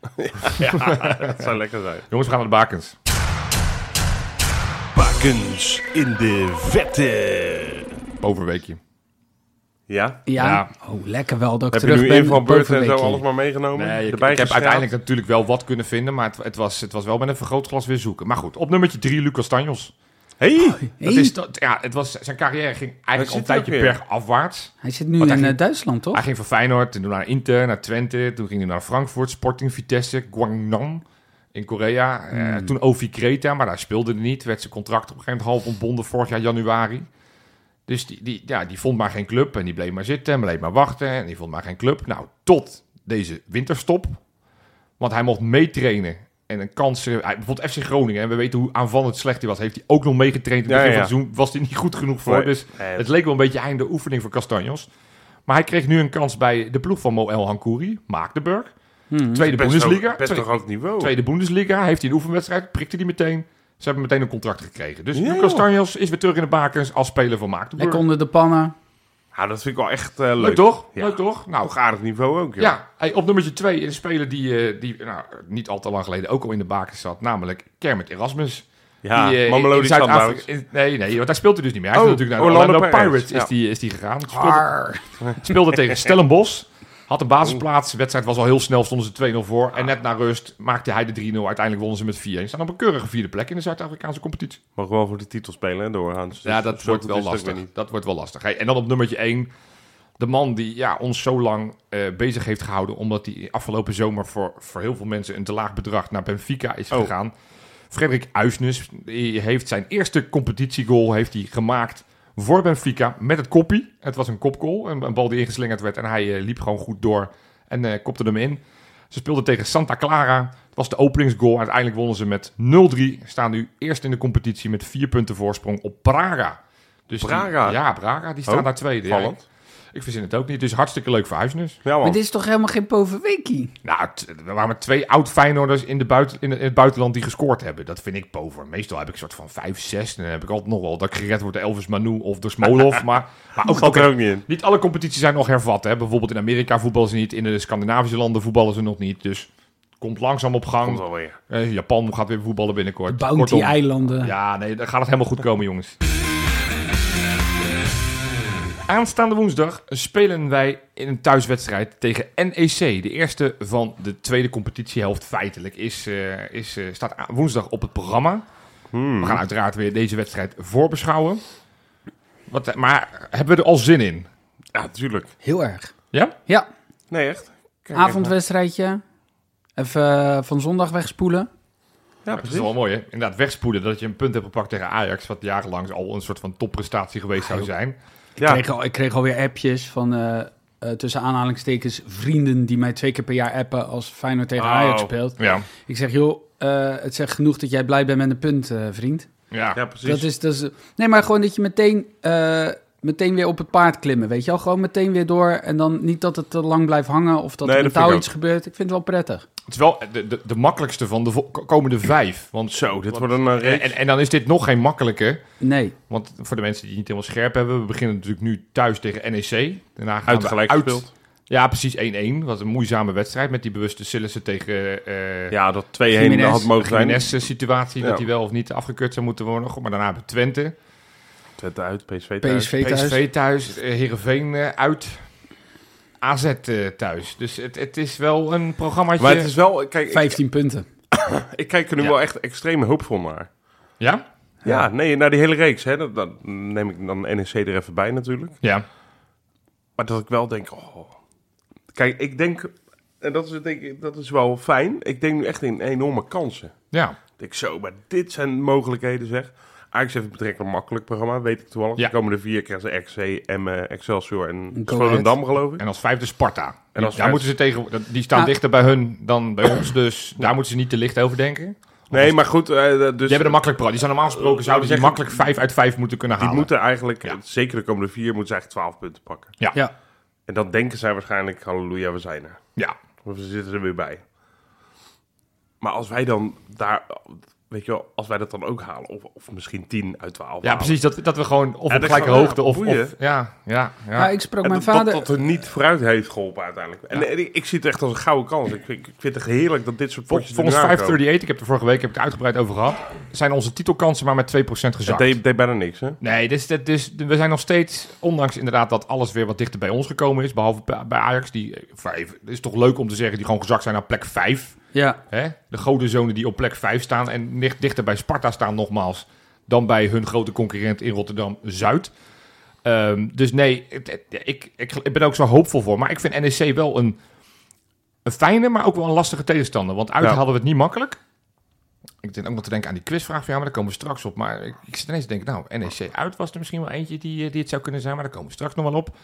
Dat zou lekker zijn. Jongens, we gaan naar de bakens. Bakens in de vette. Overweekje. Ja? Ja. Ja. Oh, lekker wel dat ik Heb je terug nu ben. invalbeurten en zo bovenweekje. alles maar meegenomen? Nee, ik, Erbij ik heb geschraapt? uiteindelijk natuurlijk wel wat kunnen vinden, maar het, het, was, het was wel met een vergrootglas weer zoeken. Maar goed, op nummertje drie, Lucas Tanjos. Hey! Dat Hey, is, dat, ja, het was, zijn carrière ging eigenlijk al een zit hij tijdje ook weer? berg afwaarts. hij zit nu Want in hij eh, ging- Duitsland, toch? Hij ging van Feyenoord, toen naar Inter, naar Twente, toen ging hij naar Frankfurt, Sporting Vitesse, Gwangnam in Korea. Eh, Hmm. toen O V Kreta, maar daar speelde hij niet. Werd zijn contract op een gegeven moment half ontbonden vorig jaar januari. Dus die, die, ja, die vond maar geen club en die bleef maar zitten en bleef maar wachten en die vond maar geen club. Nou, tot deze winterstop. Want hij mocht meetrainen en een kans... eh, hij- Bijvoorbeeld F C Groningen, en we weten hoe aanvallend slecht hij was. Heeft hij ook nog meegetraind in het Ja, begin ja. van het seizoen. Was hij niet goed genoeg voor. Nee. Dus Eh, het leek wel een beetje einde oefening voor Castanjos. Maar hij kreeg nu een kans bij de ploeg van Mo El Hankouri, Magdeburg. Hmm. Tweede best Bundesliga. hoog- Best Tweede, toch hoog niveau. tweede Bundesliga. Heeft hij een oefenwedstrijd, prikte hij meteen. Ze hebben meteen een contract gekregen. Dus Ja, Lucas joh. Tanjos is weer terug in de bakens als speler van Magdeburg. Lekker onder de pannen. Ja, dat vind ik wel echt eh, leuk. Leuk toch? Ja. Leuk toch? Nou, Hoog aardig niveau ook, joh. ja, hey, op nummertje twee een speler die, eh, die nou, niet al te lang geleden ook al in de bakens zat. Namelijk Kermit Erasmus. Ja, die, eh, Mamelodi in Zuid-Afrika- Sundowns. in- Nee, nee, want daar speelt hij dus niet meer. Hij Oh, is natuurlijk naar de Orlando Orlando Pirates, Pirates, is, ja. die, is die gegaan. Speelde, Har. speelde tegen Stellenbosch. Had een basisplaats. De wedstrijd was al heel snel, stonden ze twee nul voor. En net na rust maakte hij de drie nul. Uiteindelijk wonnen ze met vier een. Ze staan op een keurige vierde plek in de Zuid-Afrikaanse competitie. Mogen wel voor de titel spelen en doorgaan. Dus Ja, dat zo wordt goed wel is het ook lastig. weer niet. Dat wordt wel lastig. Hey, en dan op nummertje één. De man die ja, ons zo lang eh, bezig heeft gehouden. Omdat hij afgelopen zomer voor, voor heel veel mensen een te laag bedrag naar Benfica is Oh. gegaan. Frederik Uisnes. Die heeft zijn eerste competitiegoal heeft hij gemaakt voor Benfica met het koppie. Het was een kopgoal. Een, een bal die ingeslingerd werd. En hij eh, liep gewoon goed door en eh, kopte hem in. Ze speelden tegen Santa Clara. Het was de openingsgoal. Uiteindelijk wonnen ze met nul drie. Staan nu eerst in de competitie met vier punten voorsprong op Braga. Dus die- Braga? ja, Braga. Die staan Oh, daar tweede. Ja, Vallend. ik verzin het ook niet. Dus hartstikke leuk voor Huisnes. Ja, man. Maar dit is toch helemaal geen bovenweekie? Nou, t- er waren maar twee oud-Feyenoorders in, de buiten, in, het- in het buitenland die gescoord hebben. Dat vind ik boven. Meestal heb ik een soort van vijf, zes. En dan heb ik altijd nog wel dat ik gered word door Elvis Manu of door Smolov. maar maar ook, Zat ook er ook niet in. niet alle competities zijn nog hervat. Hè. Bijvoorbeeld in Amerika voetballen ze niet. In de Scandinavische landen voetballen ze nog niet. Dus komt langzaam op Komt gang. wel weer. Eh, Japan gaat weer voetballen binnenkort. Bounty-eilanden. Ja, nee, dan gaat het helemaal goed komen, jongens. Aanstaande woensdag spelen wij in een thuiswedstrijd tegen N E C. De eerste van de tweede competitiehelft feitelijk is, eh, is, eh, staat a- woensdag op het programma. Hmm. We gaan uiteraard weer deze wedstrijd voorbeschouwen. Wat, eh, maar hebben we er al zin in? Ja, tuurlijk. Heel erg. Ja? Ja. Nee, echt. Ik, Avondwedstrijdje. Even uh, van zondag wegspoelen. Ja, dat is wel mooi, hè? Inderdaad, wegspoelen. Dat je een punt hebt gepakt tegen Ajax, wat jarenlang al een soort van topprestatie geweest zou zijn. Ik, ja. kreeg, al, ik kreeg alweer appjes van, uh, uh, tussen aanhalingstekens, vrienden die mij twee keer per jaar appen als Feyenoord tegen oh. Ajax speelt. Ja. Ik zeg, joh, uh, het zegt genoeg dat jij blij bent met een punt, uh, vriend. Ja, ja precies. Dat is, dat is, nee, maar gewoon dat je meteen... Uh, meteen weer op het paard klimmen, weet je wel? Gewoon meteen weer door en dan niet dat het te lang blijft hangen of dat nee, er met touw iets gebeurt. Ik vind het wel prettig. Het is wel de, de, de makkelijkste van de vo- komende vijf. Want zo, dit want, wordt een reeks. En, en dan is dit nog geen makkelijke. Nee. Want voor de mensen die niet helemaal scherp hebben, we beginnen natuurlijk nu thuis tegen N E C. Daarna gaan uit gelijk gespeeld. Ja, precies één-één. Wat een moeizame wedstrijd met die bewuste Sillissen tegen... Uh, ja, dat twee-een had mogen zijn. De situatie, ja. Dat hij wel of niet afgekeurd zou moeten worden. Maar daarna hebben we Twente. Twente uit, P S V thuis. P S V thuis, P S V thuis uh, Heerenveen uh, uit, A Z uh, thuis. Dus het, het is wel een programmaatje... Maar het is wel... Kijk, vijftien ik, punten. Ik kijk er nu ja. wel echt extreem hoopvol naar. Ja? Ja, nee, naar die hele reeks. Hè, dat, dat neem ik dan N E C er even bij natuurlijk. Ja. Maar dat ik wel denk... Oh, kijk, ik denk... En dat is, denk ik, dat is wel fijn. Ik denk nu echt in enorme kansen. Ja. Ik denk zo, maar dit zijn mogelijkheden zeg... Ajax heeft een betrekkelijk makkelijk programma, weet ik toevallig. Ja. De komende vier krijgen ze R C, Emmen, Excelsior en Volendam, geloof ik. En als vijfde Sparta. En als daar vijfde... moeten ze tegen, die staan ja. dichter bij hun dan bij ons, dus daar moeten ze niet te licht over denken. Nee, als... maar goed. Uh, dus... Die hebben een makkelijk pro. Die zijn normaal gesproken, zouden die makkelijk vijf uit vijf moeten kunnen halen. Die moeten eigenlijk, ja. zeker de komende vier, moeten ze eigenlijk twaalf punten pakken. Ja. ja. En dan denken zij waarschijnlijk, halleluja, we zijn er. Ja. Of ze zitten er weer bij. Maar als wij dan daar... Weet je wel, als wij dat dan ook halen, of, of misschien tien uit twaalf. Ja, halen. precies, dat, dat we gewoon of ja, op gelijke hoogte, of, of ja, ja, ja. ja, ik sprak en mijn dat, vader... Dat, dat er niet vooruit heeft geholpen uiteindelijk. Ja. En, en ik, ik zie het echt als een gouden kans. Ik, ik, ik vind het heerlijk dat dit soort potjes Volgens vijfhonderdachtendertig, ik heb er vorige week heb ik het uitgebreid over gehad, zijn onze titelkansen maar met twee procent gezakt. Het deed, deed bijna niks, hè? Nee, dus, dus, we zijn nog steeds, ondanks inderdaad dat alles weer wat dichter bij ons gekomen is, behalve bij Ajax, die, het is toch leuk om te zeggen, die gewoon gezakt zijn naar plek vijf. Ja. Hè? De godenzonen die op plek vijf staan en dichter bij Sparta staan nogmaals dan bij hun grote concurrent in Rotterdam-Zuid. Um, dus nee, ik, ik, ik, ik ben ook zo hoopvol voor. Maar ik vind N E C wel een, een fijne, maar ook wel een lastige tegenstander. Want uit ja. hadden we het niet makkelijk. Ik denk ook nog te denken aan die quizvraag van ja, maar daar komen we straks op. Maar ik, ik zit ineens te denken, nou, N E C uit was er misschien wel eentje die, die het zou kunnen zijn. Maar daar komen we straks nog wel op.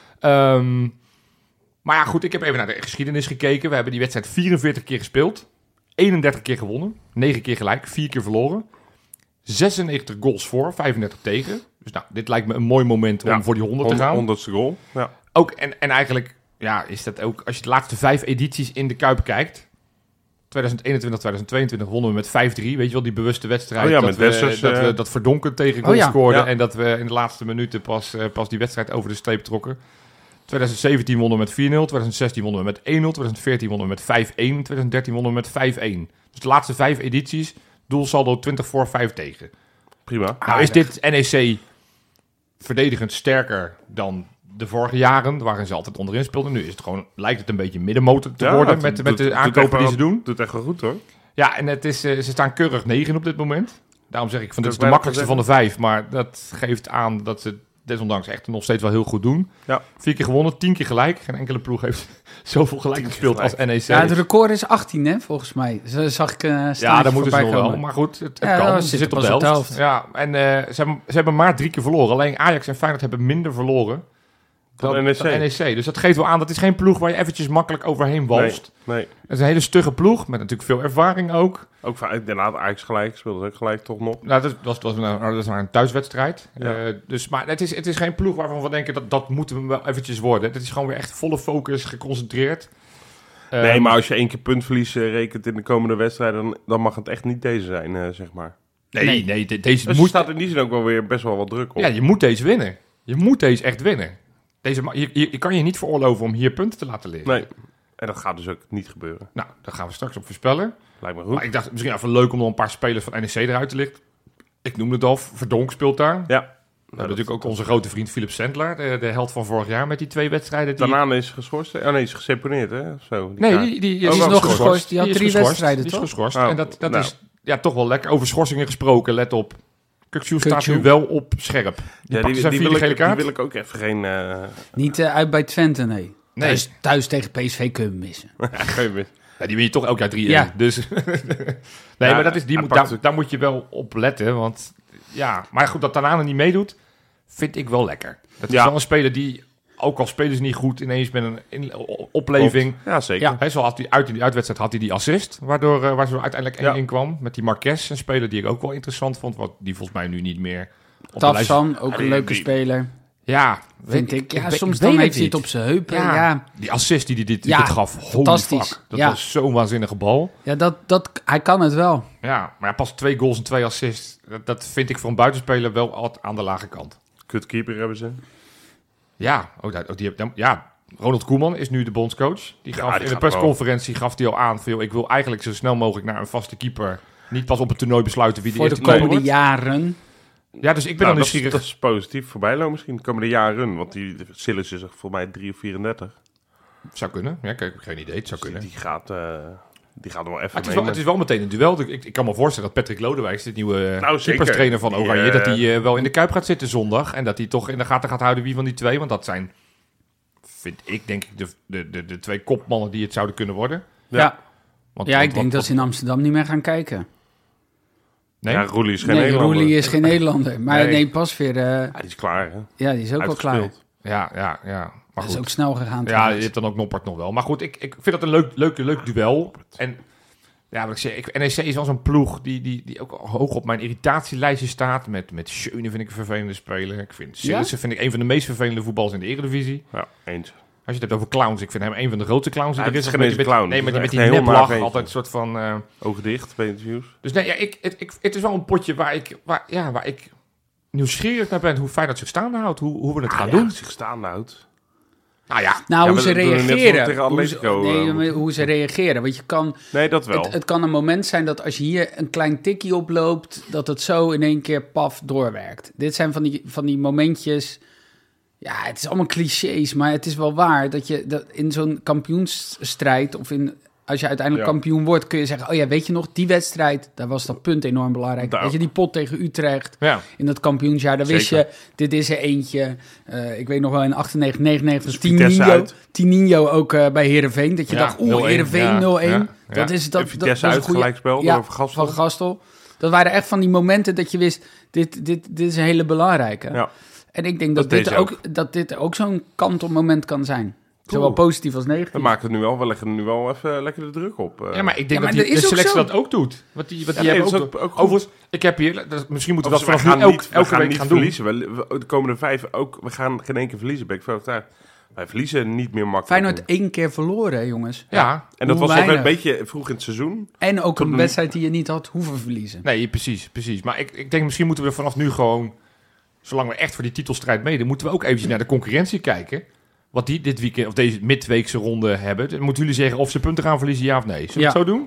Um, Maar ja, goed, ik heb even naar de geschiedenis gekeken. We hebben die wedstrijd vierenveertig keer gespeeld. eenendertig keer gewonnen. negen keer gelijk, vier keer verloren. zesennegentig goals voor, vijfendertig tegen. Dus nou, dit lijkt me een mooi moment om ja, voor die honderd te gaan. honderdste goal, ja. Ook, en, en eigenlijk ja, is dat ook, als je de laatste vijf edities in de Kuip kijkt. tweeduizend eenentwintig, tweeduizend tweeëntwintig wonnen we met vijf drie. Weet je wel, die bewuste wedstrijd. Oh ja, dat, met we, Wessers, dat uh... we dat Verdonken tegen goal oh ja, scoorden. Ja. En dat we in de laatste minuten pas, uh, pas die wedstrijd over de streep trokken. tweeduizend zeventien wonnen we met vier nul, tweeduizend zestien wonnen we met één nul, tweeduizend veertien wonnen we met vijf een, tweeduizend dertien wonnen we met vijf een. Dus de laatste vijf edities, doelsaldo twintig voor, vijf tegen. Prima. Nou is dit N E C verdedigend sterker dan de vorige jaren, waarin ze altijd onderin speelden. Nu is het gewoon, lijkt het een beetje middenmotor te ja, worden met, doet, met de aankopen die ze doen. Doet echt wel goed hoor. Ja, en het is, uh, ze staan keurig negen op dit moment. Daarom zeg ik, van dit is de makkelijkste van de vijf, maar dat geeft aan dat ze desondanks echt nog steeds wel heel goed doen. Ja. Vier keer gewonnen, tien keer gelijk. Geen enkele ploeg heeft zoveel gelijk gespeeld gelijk. als N E C. Ja, het record is achttien, hè, volgens mij. Zo zag ik uh, Ja, daar moeten ze nog wel. Maar goed, het, het ja, kan. Ze zitten zit op de helft. helft. Ja, en uh, ze, hebben, ze hebben maar drie keer verloren. Alleen Ajax en Feyenoord hebben minder verloren dan, dan N E C. Dan N E C. Dus dat geeft wel aan, dat is geen ploeg waar je eventjes makkelijk overheen walst. Nee, nee. Het is een hele stugge ploeg, met natuurlijk veel ervaring ook. Ook van, inderdaad, Ajax gelijk, speelde ook gelijk toch nog. Nou, dat was, dat was, een, dat was maar een thuiswedstrijd. Ja. Uh, dus, maar het is, het is geen ploeg waarvan we denken, dat, dat moeten we wel eventjes worden. Het is gewoon weer echt volle focus, geconcentreerd. Uh, nee, maar als je één keer puntverlies uh, rekent in de komende wedstrijd, dan, dan mag het echt niet deze zijn, uh, zeg maar. Nee, nee, nee de, deze dus moet... er staat in die zin ook wel weer best wel wat druk op. Ja, je moet deze winnen. Je moet deze echt winnen. Deze, je, je, je kan je niet veroorloven om hier punten te laten liggen. Nee, en dat gaat dus ook niet gebeuren. Nou, daar gaan we straks op voorspellen. Lijkt me goed. Maar ik dacht misschien even leuk om nog een paar spelers van N E C eruit te lichten. Ik noemde het al, Verdonk speelt daar. Ja. We hebben nou, natuurlijk ook onze grote vriend Philip Sendler, de, de held van vorig jaar met die twee wedstrijden. Die... Daarna is geschorst. Oh nee, is geseponeerd, hè? Zo, die nee, die, die, die oh, is nog geschorst. geschorst. Die had die drie geschorst. wedstrijden, die toch? is geschorst. Oh, en dat, dat nou. is ja, toch wel lekker. Over schorsingen gesproken, let op. Kukçu staat nu wel op scherp. Die, ja, die, die, die, wil ik, gele kaart. die wil ik ook even geen... Uh... Niet uh, uit bij Twente, nee. Nee, Thuis, thuis tegen P S V kun je hem missen. Ja, geen mis. ja, die win je toch elk jaar drie één. Ja. Dus nee, Ja, maar dat is, die hij moet, pakt daar, het. daar moet je wel op letten. Want ja, maar goed, dat Tanane niet meedoet, vind ik wel lekker. Dat is Ja. wel een speler die, ook al spelen ze niet goed, ineens met een in, opleving. Ja, zeker. Ja. Hij zo had hij uit in die uitwedstrijd had hij die assist, waardoor uh, waar ze uiteindelijk één Ja. in kwam. Met die Marquez, een speler die ik ook wel interessant vond, wat die volgens mij nu niet meer op de lijst. Tafsan, ook Ja, een die- leuke die- speler, Ja, vind weet- ik. Ja, weet- soms weet dan heeft hij het niet. op zijn heupen. Ja. Ja, Die assist die hij dit, Ja, dit gaf, holy fantastisch. fuck. Dat Ja. was zo'n waanzinnige bal. ja dat, dat, hij kan het wel. Ja, maar ja, pas twee goals en twee assists. Dat, dat vind ik voor een buitenspeler wel altijd aan de lage kant. Kutkeeper hebben ze. Ja, ook, dat- ook die, heb- ja, Ronald Koeman is nu de bondscoach. Die Ja, gaf die in de gaat persconferentie gaf hij al aan van, joh, ik wil eigenlijk zo snel mogelijk naar een vaste keeper. Niet pas op het toernooi besluiten wie de Voor de eerste keeper komende wordt. jaren. Ja, dus ik ben Nou, dan dat, is, nieuwsgierig. dat is positief voorbijlopen misschien de komende jaren. Want die Silas is volgens mij drie of vierendertig. Zou kunnen. Ja, kijk, geen idee. Het zou Dus die, kunnen. die gaat, eh, die gaat nog wel even Maar het, is mee wel, met- het is wel meteen een duel. Ik, ik kan me voorstellen dat Patrick Lodewijks, de nieuwe Nou, nou, zeker. trainer van Die, Oranje, eh, dat hij eh, wel in de Kuip gaat zitten zondag. En dat hij toch in de gaten gaat houden wie van die twee. Want dat zijn, vind ik, denk ik, de, de, de, de twee kopmannen die het zouden kunnen worden. Ja, Ja. ja. Want, ik want- denk dat ze in Amsterdam niet meer gaan kijken. Nee? Ja, Roelie is geen Nee, Nederlander. Roelie is geen Nederlander. Maar nee, Nee. pas weer... eh, Ja, die is klaar, hè? ja, die is ook wel klaar. Uitgespeeld. Ja, ja, ja. Maar Dat is goed. ook snel gegaan. Ja, trouwens. je hebt dan ook Noppert nog wel. Maar goed, ik, ik vind dat een leuk, leuk, leuk duel. En ja, wat ik zeg, ik, N E C is wel zo'n ploeg die, die, die ook hoog op mijn irritatielijstje staat. Met, met Schöne vind ik een vervelende speler. Ik vind Sillissen vind ik een van de meest vervelende voetballers in de Eredivisie. Ja, eens. Als je het hebt over clowns, ik vind hem een van de grootste clowns die Ja, er het is. is Of geen met- eens een clown. Nee, Het met, is met die echt een heel neplach, maar altijd een soort van... eh, Ogen dicht bij interviews. dus nee, ja, ik, het, ik, het is wel een potje waar ik, waar, ja, waar ik nieuwsgierig naar ben. Hoe Feyenoord zich staande houdt, hoe, hoe we het gaan Ah, ja, doen. zich staande houdt. Nou ja, Nou, Ja, hoe maar ze dat doen we net zoals reageren. tegen Hoe ze, Atletico, nee, eh, maar hoe ze reageren. Want je kan, Nee, dat wel. het, het kan een moment zijn dat als je hier een klein tikkie oploopt, dat het zo in één keer paf doorwerkt. Dit zijn van die, van die momentjes. Ja, het is allemaal clichés, maar het is wel waar dat je dat in zo'n kampioensstrijd of in, als je uiteindelijk Ja. kampioen wordt, kun je zeggen: oh ja, weet je nog, die wedstrijd, daar was dat punt enorm belangrijk. Daar- Weet je, die pot tegen Utrecht ja. in dat kampioensjaar, daar wist Zeker. je, dit is er eentje. Uh, ik weet nog wel in achtennegentig, negenennegentig, Dus Vitesse Tininho, uit. Tininho ook uh, bij Heerenveen. Dat je Ja, dacht, oeh, nul één, Heerenveen ja, nul één. ja, Dat ja. is dat, En dat, Vitesse dat is een uit goeie- gelijkspel ja, door Van Gastel. Van Gastel. Dat waren echt van die momenten dat je wist, dit, dit, dit is een hele belangrijke. Ja. En ik denk Dat dat, is dit, deze ook, dat dit ook zo'n kantelmoment kan zijn. Zowel Oeh. positief als negatief. We maken het nu wel, we leggen er nu wel even lekker de druk op. eh. Ja, maar ik Ja, denk maar dat die, dat is de ook selectie zo. dat ook doet. Wat die, wat Ja, die nee, hebben dat ook, is ook- ook goed. Overigens, ik heb hier, dat, misschien moeten we dat Overigens, vanaf nu gaan elk, niet, we elke gaan week niet gaan doen. verliezen. We, we- de komende vijf ook, we gaan geen één keer verliezen, ben ik van overtuigd. Wij verliezen niet meer makkelijk. Feyenoord één keer verloren, hè, jongens. Ja, En dat Hoe was nog weinig. een beetje vroeg in het seizoen. En ook Tot een nu- wedstrijd die je niet had hoeven verliezen. nee, precies, precies. Maar ik, ik denk misschien moeten we er vanaf nu gewoon, zolang we echt voor die titelstrijd meedoen, moeten we ook eventjes naar de concurrentie kijken. Wat die dit weekend, of deze midweekse ronde hebben. Dan moeten jullie zeggen of ze punten gaan verliezen, ja of nee. Zullen we Ja. het zo doen?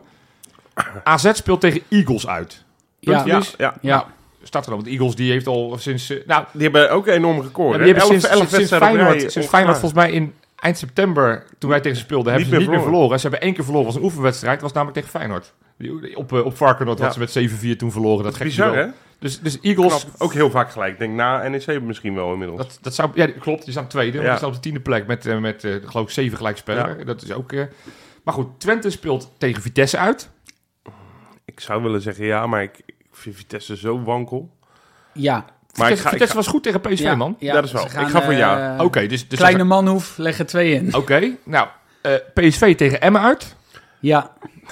A Z speelt tegen Eagles uit. Ja, Ja, Puntverlies? ja. ja. Start er dan, want Eagles die heeft al sinds... eh, nou, Die hebben ook een enorm record. ja, hè? die hebben elf, sinds, elf sinds, sinds wedstrijden op Feyenoord, rij, sinds ongeslagen. Feyenoord volgens mij in eind september, toen wij tegen ze speelden, hebben Niet ze niet meer meer verloren. Ze hebben één keer verloren, was een oefenwedstrijd. Dat was namelijk tegen Feyenoord. Die- Op, eh, op Varkenoord Ja. had ze met zeven vier toen verloren. Dat Dat gek is bizar, duel. hè? Dus, dus Eagles, Knap. Ook heel vaak gelijk. Ik denk na N E C misschien wel inmiddels. dat, dat zou, ja, klopt, die staan tweede. Ja. Die staan op de tiende plek met, eh, met eh, geloof ik, zeven gelijkspelen. Dat is ook... eh, maar goed, Twente speelt tegen Vitesse uit. Ik zou willen zeggen ja, maar ik, ik vind Vitesse zo wankel. Ja. Maar ik Vitesse, ga, ik Vitesse ga- was goed tegen P S V, ja, man. ja, Dat is wel. ze gaan, Ik ga voor ja. eh, Oké, dus... dus Kleine dat- manhoef, leggen twee in. Oké, nou, eh, P S V tegen Emmen uit. Ja.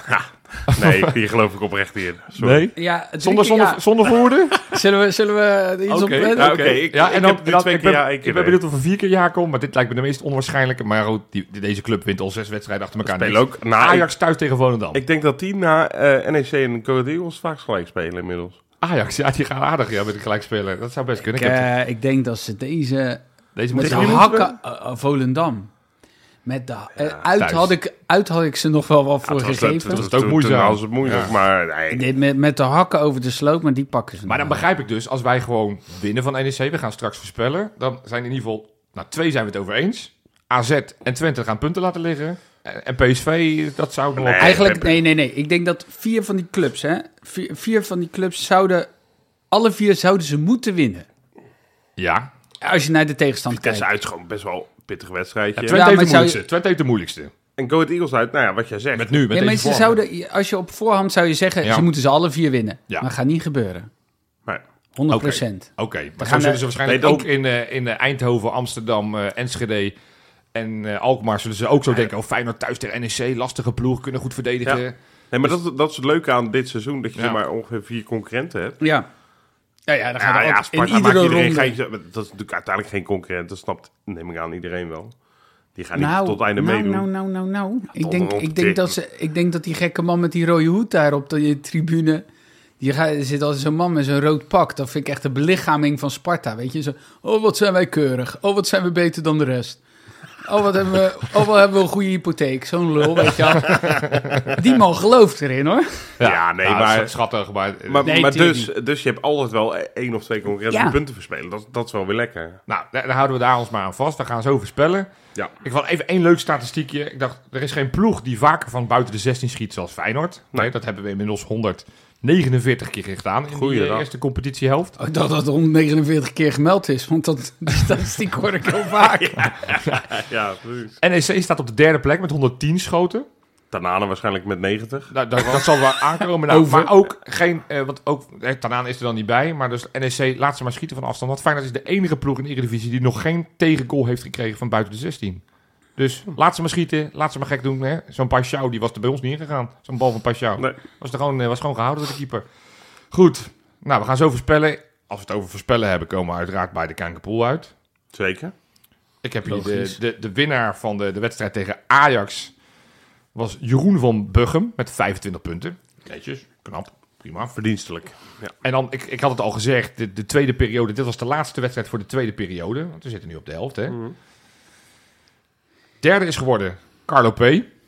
Nee, hier geloof ik oprecht in. Sorry. ja drie Zonder, keer zonder, ja. zonder voorde? Zullen we, zullen we er iets Oké. op plannen? Nou, oké, ik- Ja, ik en dan, heb dit dan- twee ik keer ben, ja, één ik keer ben nee. benieuwd of er vier keer ja komt, maar dit lijkt me de meest onwaarschijnlijke. Maar goed, die, deze club wint al zes wedstrijden achter elkaar. Spelen niks. ook. Nou, Ajax thuis tegen Volendam. ik, ik denk dat die na eh, N E C en Go Ahead Eagles vaak gelijk spelen inmiddels. Ajax, ja, die gaan aardig ja, met de gelijkspeler. Dat zou best kunnen. Ik, Ik heb- eh, ik denk dat ze deze deze met moet de wie moeten we? hakken... uh, uh, Volendam. Met de, eh, uit, thuis. had ik, uit had ik ze nog wel wat voor Ja, het was- gegeven. het was- Dat is ook toen- moeizaam. Toen was het moeilijk, Ja. maar nee. Dit met, met de hakken over de sloot, maar die pakken ze Maar dan nog. begrijp ik dus, als wij gewoon winnen van N E C, we gaan straks voorspellen, dan zijn in ieder geval, nou twee zijn we het over eens. A Z en Twente gaan punten laten liggen. En en P S V, dat zou ik nog... Nee. Eigenlijk, nee, nee, nee. Ik denk dat vier van die clubs, hè. Vier, vier van die clubs zouden... Alle vier zouden ze moeten winnen. Ja, Als je naar de tegenstand Vitesse kijkt. uit is gewoon best wel pittig wedstrijdje. Ja, Twente, Ja, heeft maar de zou moeilijkste. je- Twente heeft de moeilijkste. En Go Ahead Eagles uit, nou ja, wat jij zegt. Met nu, met Ja, deze mensen vorm. zouden, als je op voorhand zou je zeggen, Ja. ze moeten ze alle vier winnen. Ja. Maar dat gaat niet gebeuren. Maar, honderd procent. Oké, maar gaan zo zullen we- ze waarschijnlijk Nee, dat- ook in, eh, in eh, Eindhoven, Amsterdam, eh, Enschede en eh, Alkmaar zullen ze ook zo denken. Oh, Feyenoord thuis tegen N E C, lastige ploeg, kunnen goed verdedigen. Ja. nee, maar dat, dat is het leuke aan dit seizoen, dat je Ja. maar ongeveer vier concurrenten hebt. Ja. Ja, ja, dan gaat Ja, er ja, ook Sparta in maakt iedere iedereen ronde. geen, dat is natuurlijk uiteindelijk geen concurrent, dat snapt, neem ik aan, iedereen wel. Die gaan niet Nou, tot het einde nou, meedoen. nou, nou, nou, nou. Ik tot denk, erop ik, denk tikken. dat ze, ik denk dat die gekke man met die rode hoed daar op de tribune... Die gaat, er zit altijd zo'n man met zo'n rood pak. Dat vind ik echt de belichaming van Sparta, weet je. Zo, oh, wat zijn wij keurig. Oh, wat zijn we beter dan de rest. Oh, wat hebben we, oh, wat hebben we een goede hypotheek. Zo'n lul, weet je wel. Die man gelooft erin, hoor. Ja, nee, Nou, maar- dat is schattig, maar... Maar, Nee, maar tuurlijk dus, dus je hebt altijd wel één of twee concurrenten Ja. die punten verspelen. Dat, dat is wel weer lekker. Nou, daar daar houden we daar ons maar aan vast. We gaan zo voorspellen. Ja. Ik wil even één leuk statistiekje. Ik dacht, er is geen ploeg die vaker van buiten de zestien schiet zoals Feyenoord. Nee, Nee. dat hebben we inmiddels honderdnegenenveertig keer gedaan in Goeie die eh, dag. eerste competitiehelft. Ik dacht dat het honderdnegenenveertig keer gemeld is. Want dat, die statistiek hoor ik heel vaak. Ja, precies. N E C staat op de derde plek met honderdtien schoten. Tanane waarschijnlijk met negentig. Nou, dat, dat zal wel aankomen. Nou, Over. maar ook geen... eh want ook, eh, Tanaan is er dan niet bij. Maar dus N E C laat ze maar schieten van afstand. Want Feyenoord is de enige ploeg in de Eredivisie die nog geen tegengoal heeft gekregen van buiten de zestien. Dus laat ze maar schieten. Laat ze maar gek doen. Hè. Zo'n Pashao, die was er bij ons niet ingegaan. Zo'n bal van Pashao. Nee. Was, er gewoon, eh, was gewoon gehouden door de keeper. Goed. Nou, we gaan zo voorspellen. Als we het over voorspellen hebben, komen we uiteraard bij de Kijkerpool uit. Zeker. Ik heb hier de, Logisch. de, de winnaar van de, de wedstrijd tegen Ajax. Was Jeroen van Buchem met vijfentwintig punten. Netjes, knap, prima. Verdienstelijk. Ja. En dan, ik, ik had het al gezegd, de, de tweede periode. Dit was de laatste wedstrijd voor de tweede periode. Want we zitten nu op de helft, hè. Mhm. Derde is geworden Carlo P.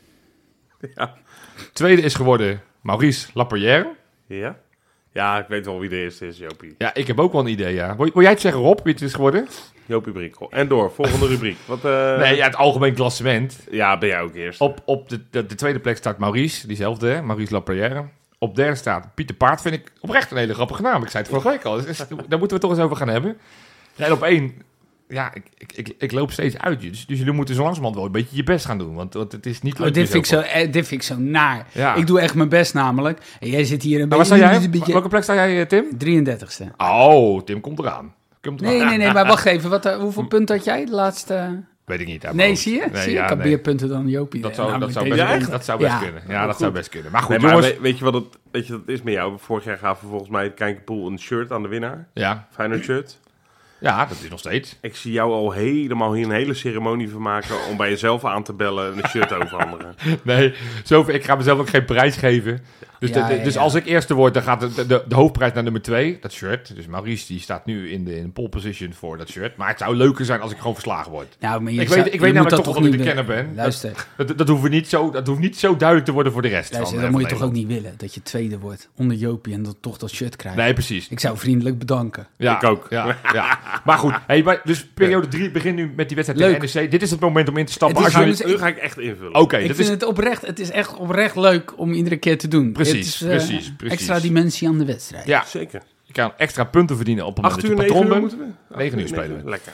Ja. Tweede is geworden Maurice Laperrière. Ja? Ja, ik weet wel wie de eerste is, Jopie. Ja, ik heb ook wel een idee, ja. Wil, wil jij het zeggen, Rob, wie het is geworden? Jopie Brinkel. En door, volgende rubriek. Wat, eh, Nee, ja, het algemeen klassement. Ja, ben jij ook eerst. Op, op de, de, de tweede plek staat Maurice, diezelfde, hè, Maurice Laperrière. Op derde staat Pieter Paard, vind ik oprecht een hele grappige naam. Ik zei het vorige week al, dus, daar moeten we het toch eens over gaan hebben. Ja, en op één, ja, ik, ik, ik, ik loop steeds uit. Dus, dus jullie moeten zo langzamerhand wel een beetje je best gaan doen, want, want het is niet leuk. Oh, dit, meer vind ik zo, van. eh, dit vind ik zo naar. Ja. Ik doe echt mijn best namelijk. En jij zit hier een Maar waar beetje... sta jij? een beetje Welke plek sta jij, eh, Tim? drieëndertigste. Oh, Tim komt eraan. Komt eraan. Nee, nee, nee, maar wacht even. Wat, eh, hoeveel punten had jij de laatste... Weet ik niet. uit mijn Nee, hoofd. zie je? Nee, zie je? ja, ik heb nee. meer punten dan Jopie. Dat Eh, zou, dat namelijk zou deze best, ronde. dat zou best Ja. kunnen. Ja, dat zou best kunnen. Maar goed, Nee, maar jongens. weet, weet je wat het, weet je wat het is met jou? Vorig jaar gaven we volgens mij het Kijkerpool een shirt aan de winnaar. Ja, Feyenoord shirt. ja, dat is nog steeds. Ik zie jou al helemaal hier een hele ceremonie van maken om bij jezelf aan te bellen en een shirt overhandigen. Nee, zoveel, ik ga mezelf ook geen prijs geven. Dus, Ja, de- de- ja, dus ja. als ik eerste word, dan gaat de, de, de hoofdprijs naar nummer twee. Dat shirt. Dus Maurice die staat nu in de in pole position voor dat shirt. Maar het zou leuker zijn als ik gewoon verslagen word. Nou, maar je Ik zou- weet, ik je weet moet namelijk toch dat ik niet de willen. kenner ben. Luister, Dat, dat, hoeft niet zo, dat hoeft niet zo duidelijk te worden voor de rest. luister van, dat eh, moet je van toch ook Nederland. niet willen. Dat je tweede wordt onder Jopie en dat toch dat shirt krijgt. Nee, precies. Ik zou vriendelijk bedanken. Ja, Ik ook. Ja, ja. Maar goed, hey, maar, dus periode drie begint nu met die wedstrijd Leuk. tegen N E C. Dit is het moment om in te stappen. Het is Als Nu, jullie... dus- nu ga ik echt invullen. Oké, ik dat vind is... het oprecht, het is echt oprecht leuk om iedere keer te doen. Precies, Het is, eh, precies, precies. Extra dimensie aan de wedstrijd. Ja, Zeker. je kan extra punten verdienen op het moment Acht dat uur, je negen patron uur bent. moeten we? Acht Negen uur negen spelen we. Lekker.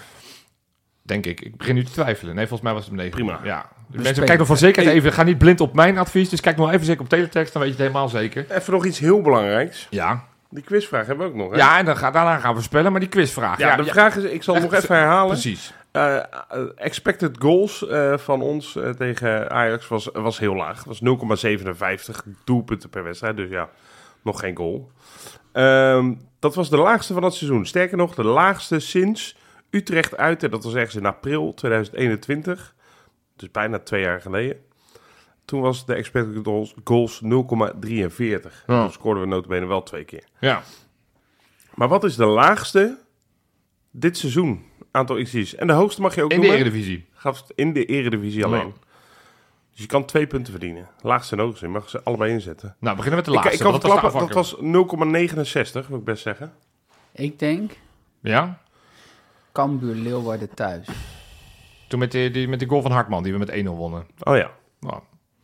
Denk ik. Ik begin nu te twijfelen. Nee, volgens mij was het om negen Prima. uur. Ja. Dus spelen. mensen, kijk nog van zekerheid even. Ga niet blind op mijn advies. Dus kijk nog even zeker op teletext. Dan weet je het helemaal zeker. Even nog iets heel belangrijks. Ja. Die quizvraag hebben we ook nog, hè? Ja, en dan ga, daarna gaan we spellen. Maar die quizvraag. Ja, de vraag is, ik zal Echt, nog even herhalen. Precies. Eh, eh, expected goals eh, van ons eh, tegen Ajax was, was heel laag. Het was nul komma zevenenvijftig doelpunten per wedstrijd. Dus ja, nog geen goal. Ehm, dat was de laagste van het seizoen. Sterker nog, de laagste sinds Utrecht uit. En dat was ergens in april tweeduizend eenentwintig. Dus bijna twee jaar geleden. Toen was de expected goals, goals nul komma drieënveertig. Ja. Toen scoorden we notabene wel twee keer. Ja. Maar wat is de laagste dit seizoen? Aantal X G's. En de hoogste mag je ook In de noemen. Eredivisie. Gaf het in de Eredivisie alleen. Ja. Dus je kan twee punten verdienen. Laagste en hoogste. Je mag ze allebei inzetten. Nou, beginnen met de Ik, laatste. ik kan want dat was de verklappen, dat afvakker. was nul komma negenenzestig, wil ik best zeggen. Ik denk Ja? Cambuur Leeuwarden thuis. Toen met die, die, met die goal van Hartman die we met één nul wonnen. Oh ja. Nou,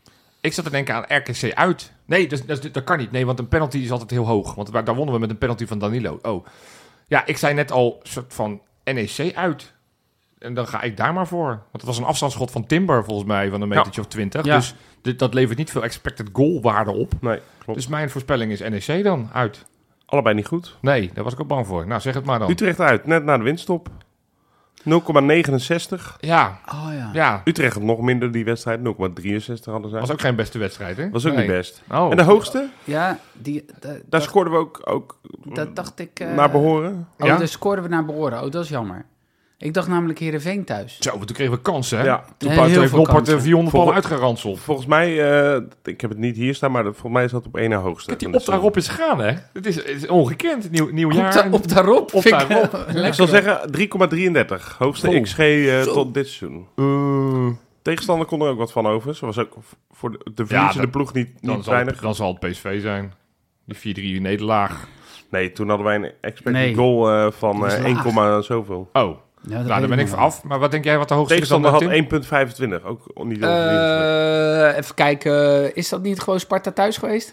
ik zat te denken aan R K C uit. Nee, dat, dat, dat kan niet. Nee, want een penalty is altijd heel hoog. Want daar daar wonnen we met een penalty van Danilo. Oh. Ja, ik zei net al soort van N E C uit. En dan ga ik daar maar voor. Want het was een afstandsschot van Timber volgens mij van een metertje of twintig. Ja. Dus dit, dat levert niet veel expected goal waarde op. Nee, klopt. Dus mijn voorspelling is N E C dan uit. Allebei niet goed. Nee, daar was ik ook bang voor. Nou, zeg het maar dan. Utrecht uit, net na de winststop. nul komma negenenzestig. Ja, Oh ja. ja. Utrecht had nog minder die wedstrijd. nul komma drieënzestig hadden zij. Was ook geen beste wedstrijd, hè? Was ook Nee. niet best. Oh. En de hoogste? Ja, die, da- Daar dat, scoorden we ook, ook dat dacht ik... eh, naar behoren. Oh, Ja? daar scoorden we naar behoren. Oh, dat is jammer. Ik dacht namelijk Heerenveen thuis. Zo, want toen kregen we kansen, hè? Ja. Toen Nee, Buiten heel heeft veel Noppert kansen. vierhonderd ballen Volgens- uitgeranseld. Volgens mij, eh, ik heb het niet hier staan, maar dat, volgens mij is dat op één na hoogste. Kijk, die op daarop is gegaan, hè? Het is, het is ongekend. Nieuw, nieuw jaar. Op, da- op daarop. Op vind ik, daarop. eh, Ik lekker, zal hoor. zeggen drie komma drieëndertig. Hoogste Oh. X G eh, tot dit seizoen. Eh, Tegenstander kon er ook wat van over. Ze was ook voor de, de Ja, verliezende dat- ploeg niet, dan, niet zal weinig. het, dan zal het P S V zijn. Die vier drie nederlaag. Nee, toen hadden wij een expected Nee. goal eh, van Die was eh, laag. één komma zoveel. Oh, Ja, dat nou, weet daar ben ik nog voor wel. af. Maar wat denk jij wat de hoogste is dan, Tegenstander had Tim? één komma vijfentwintig. Ook niet heel verdienstelijk. Eh, even kijken. Is dat niet gewoon Sparta thuis geweest?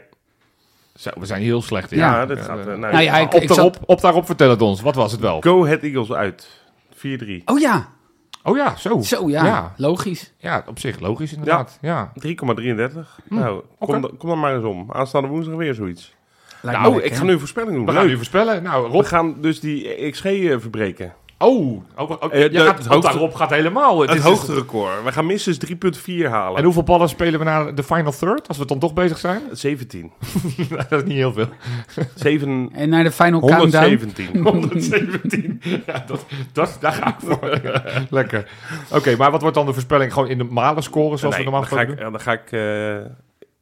Zo, we zijn heel slecht. Ja, Ja, dit gaat... eh, nou, Nou ja, ik- op, ik daarop, op daarop vertel het ons. Wat was het wel? Go Ahead Eagles uit. vier drie. Oh ja. Oh ja, zo. Zo ja. Ja. Logisch. Ja, op zich logisch inderdaad. Ja. drie komma drieëndertig. Hm, Nou, kom, oké. dan- kom dan maar eens om. Aanstaande woensdag weer zoiets. Lijkt Nou, me Oh, ik lekker. ga nu een voorspelling doen. We gaan Leuk. nu voorspellen. Nou, We Rob. gaan dus die X G eh, verbreken. Oh, oh, oh, Eh, je de- gaat, het op hoogste- daarop gaat helemaal. Het Het is- hoogste record. We gaan minstens drie komma vier halen. En hoeveel ballen spelen we naar de final third? Als we dan toch bezig zijn? zeventien. Dat is niet heel veel. zeven... En naar de final countdown. honderdzeventien. honderdzeventien. Ja, dat, dat, daar ga ik voor. Lekker. Oké, maar wat wordt dan de voorspelling? Gewoon in de normale score, zoals Nee, we normaal dan ga ik, gesproken doen? ja, dan ga ik, eh,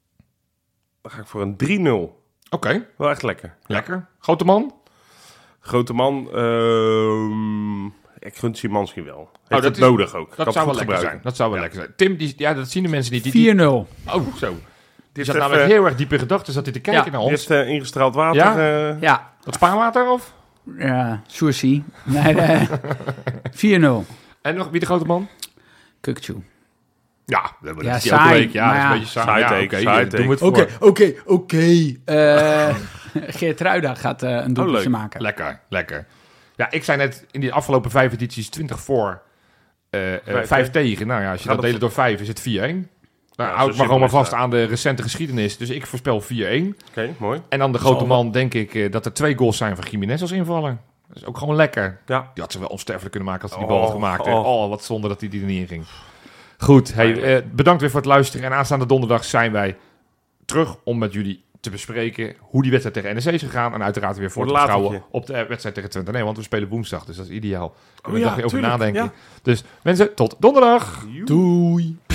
dan ga ik voor een drie nul. Oké, Wel echt lekker. lekker. Grote man? Grote man. ehm, ik gun Szymanski wel. Heeft dat het is- nodig ook. Kan Dat het zou wel goed lekker gebruiken. zijn. Dat zou wel lekker zijn. Tim, die, ja, dat zien de mensen niet. Die, vier die, nul. oh, zo. Die Dit zat is namelijk even- heel erg diep in gedachten. Zat hij te kijken Ja. naar Die ons. heeft eh, ingestraald water. Ja? eh, Ja. Wat spaarwater of? Ja. Sourcy. Nee, nee. vier nul. En nog wie de grote man? Kukchu. Ja, dat hebben we Ja, dat is die elke saai, week. Ja, maar dat is ja. een beetje saai. Saai Ja, take, oké, saai doen we het take. voor. Oké, oké, oké. Eh, Geert Ruida gaat eh, een doelpuntje leuk. maken. Lekker, lekker. Ja, ik zei net in die afgelopen vijf edities twintig voor, eh eh, Vijf vijf tegen. Nou ja, als je Gaat dat het- delen door vijf is het vier één. Nou, Ja, houd zo maar gewoon maar simpel is vast dat. aan de recente geschiedenis. Dus ik voorspel vier één. Oké, mooi. En dan de grote Zal- man denk ik eh, dat er twee goals zijn van Jiménez als invaller. Dat is ook gewoon lekker. Ja. Die had ze wel onsterfelijk kunnen maken als hij die Oh, bal had gemaakt. hè. oh. Oh, wat zonde dat hij die er niet in ging. Goed, hey, eh, bedankt weer voor het luisteren. En aanstaande donderdag zijn wij terug om met jullie te bespreken hoe die wedstrijd tegen N E C is gegaan. En uiteraard weer voor te Wordt later, beschouwen op de eh, wedstrijd tegen Twente. Nee, want we spelen woensdag, dus dat is ideaal. Kunnen we ja, een dagje over tuurlijk, nadenken. ja. Dus mensen, tot donderdag! Doei.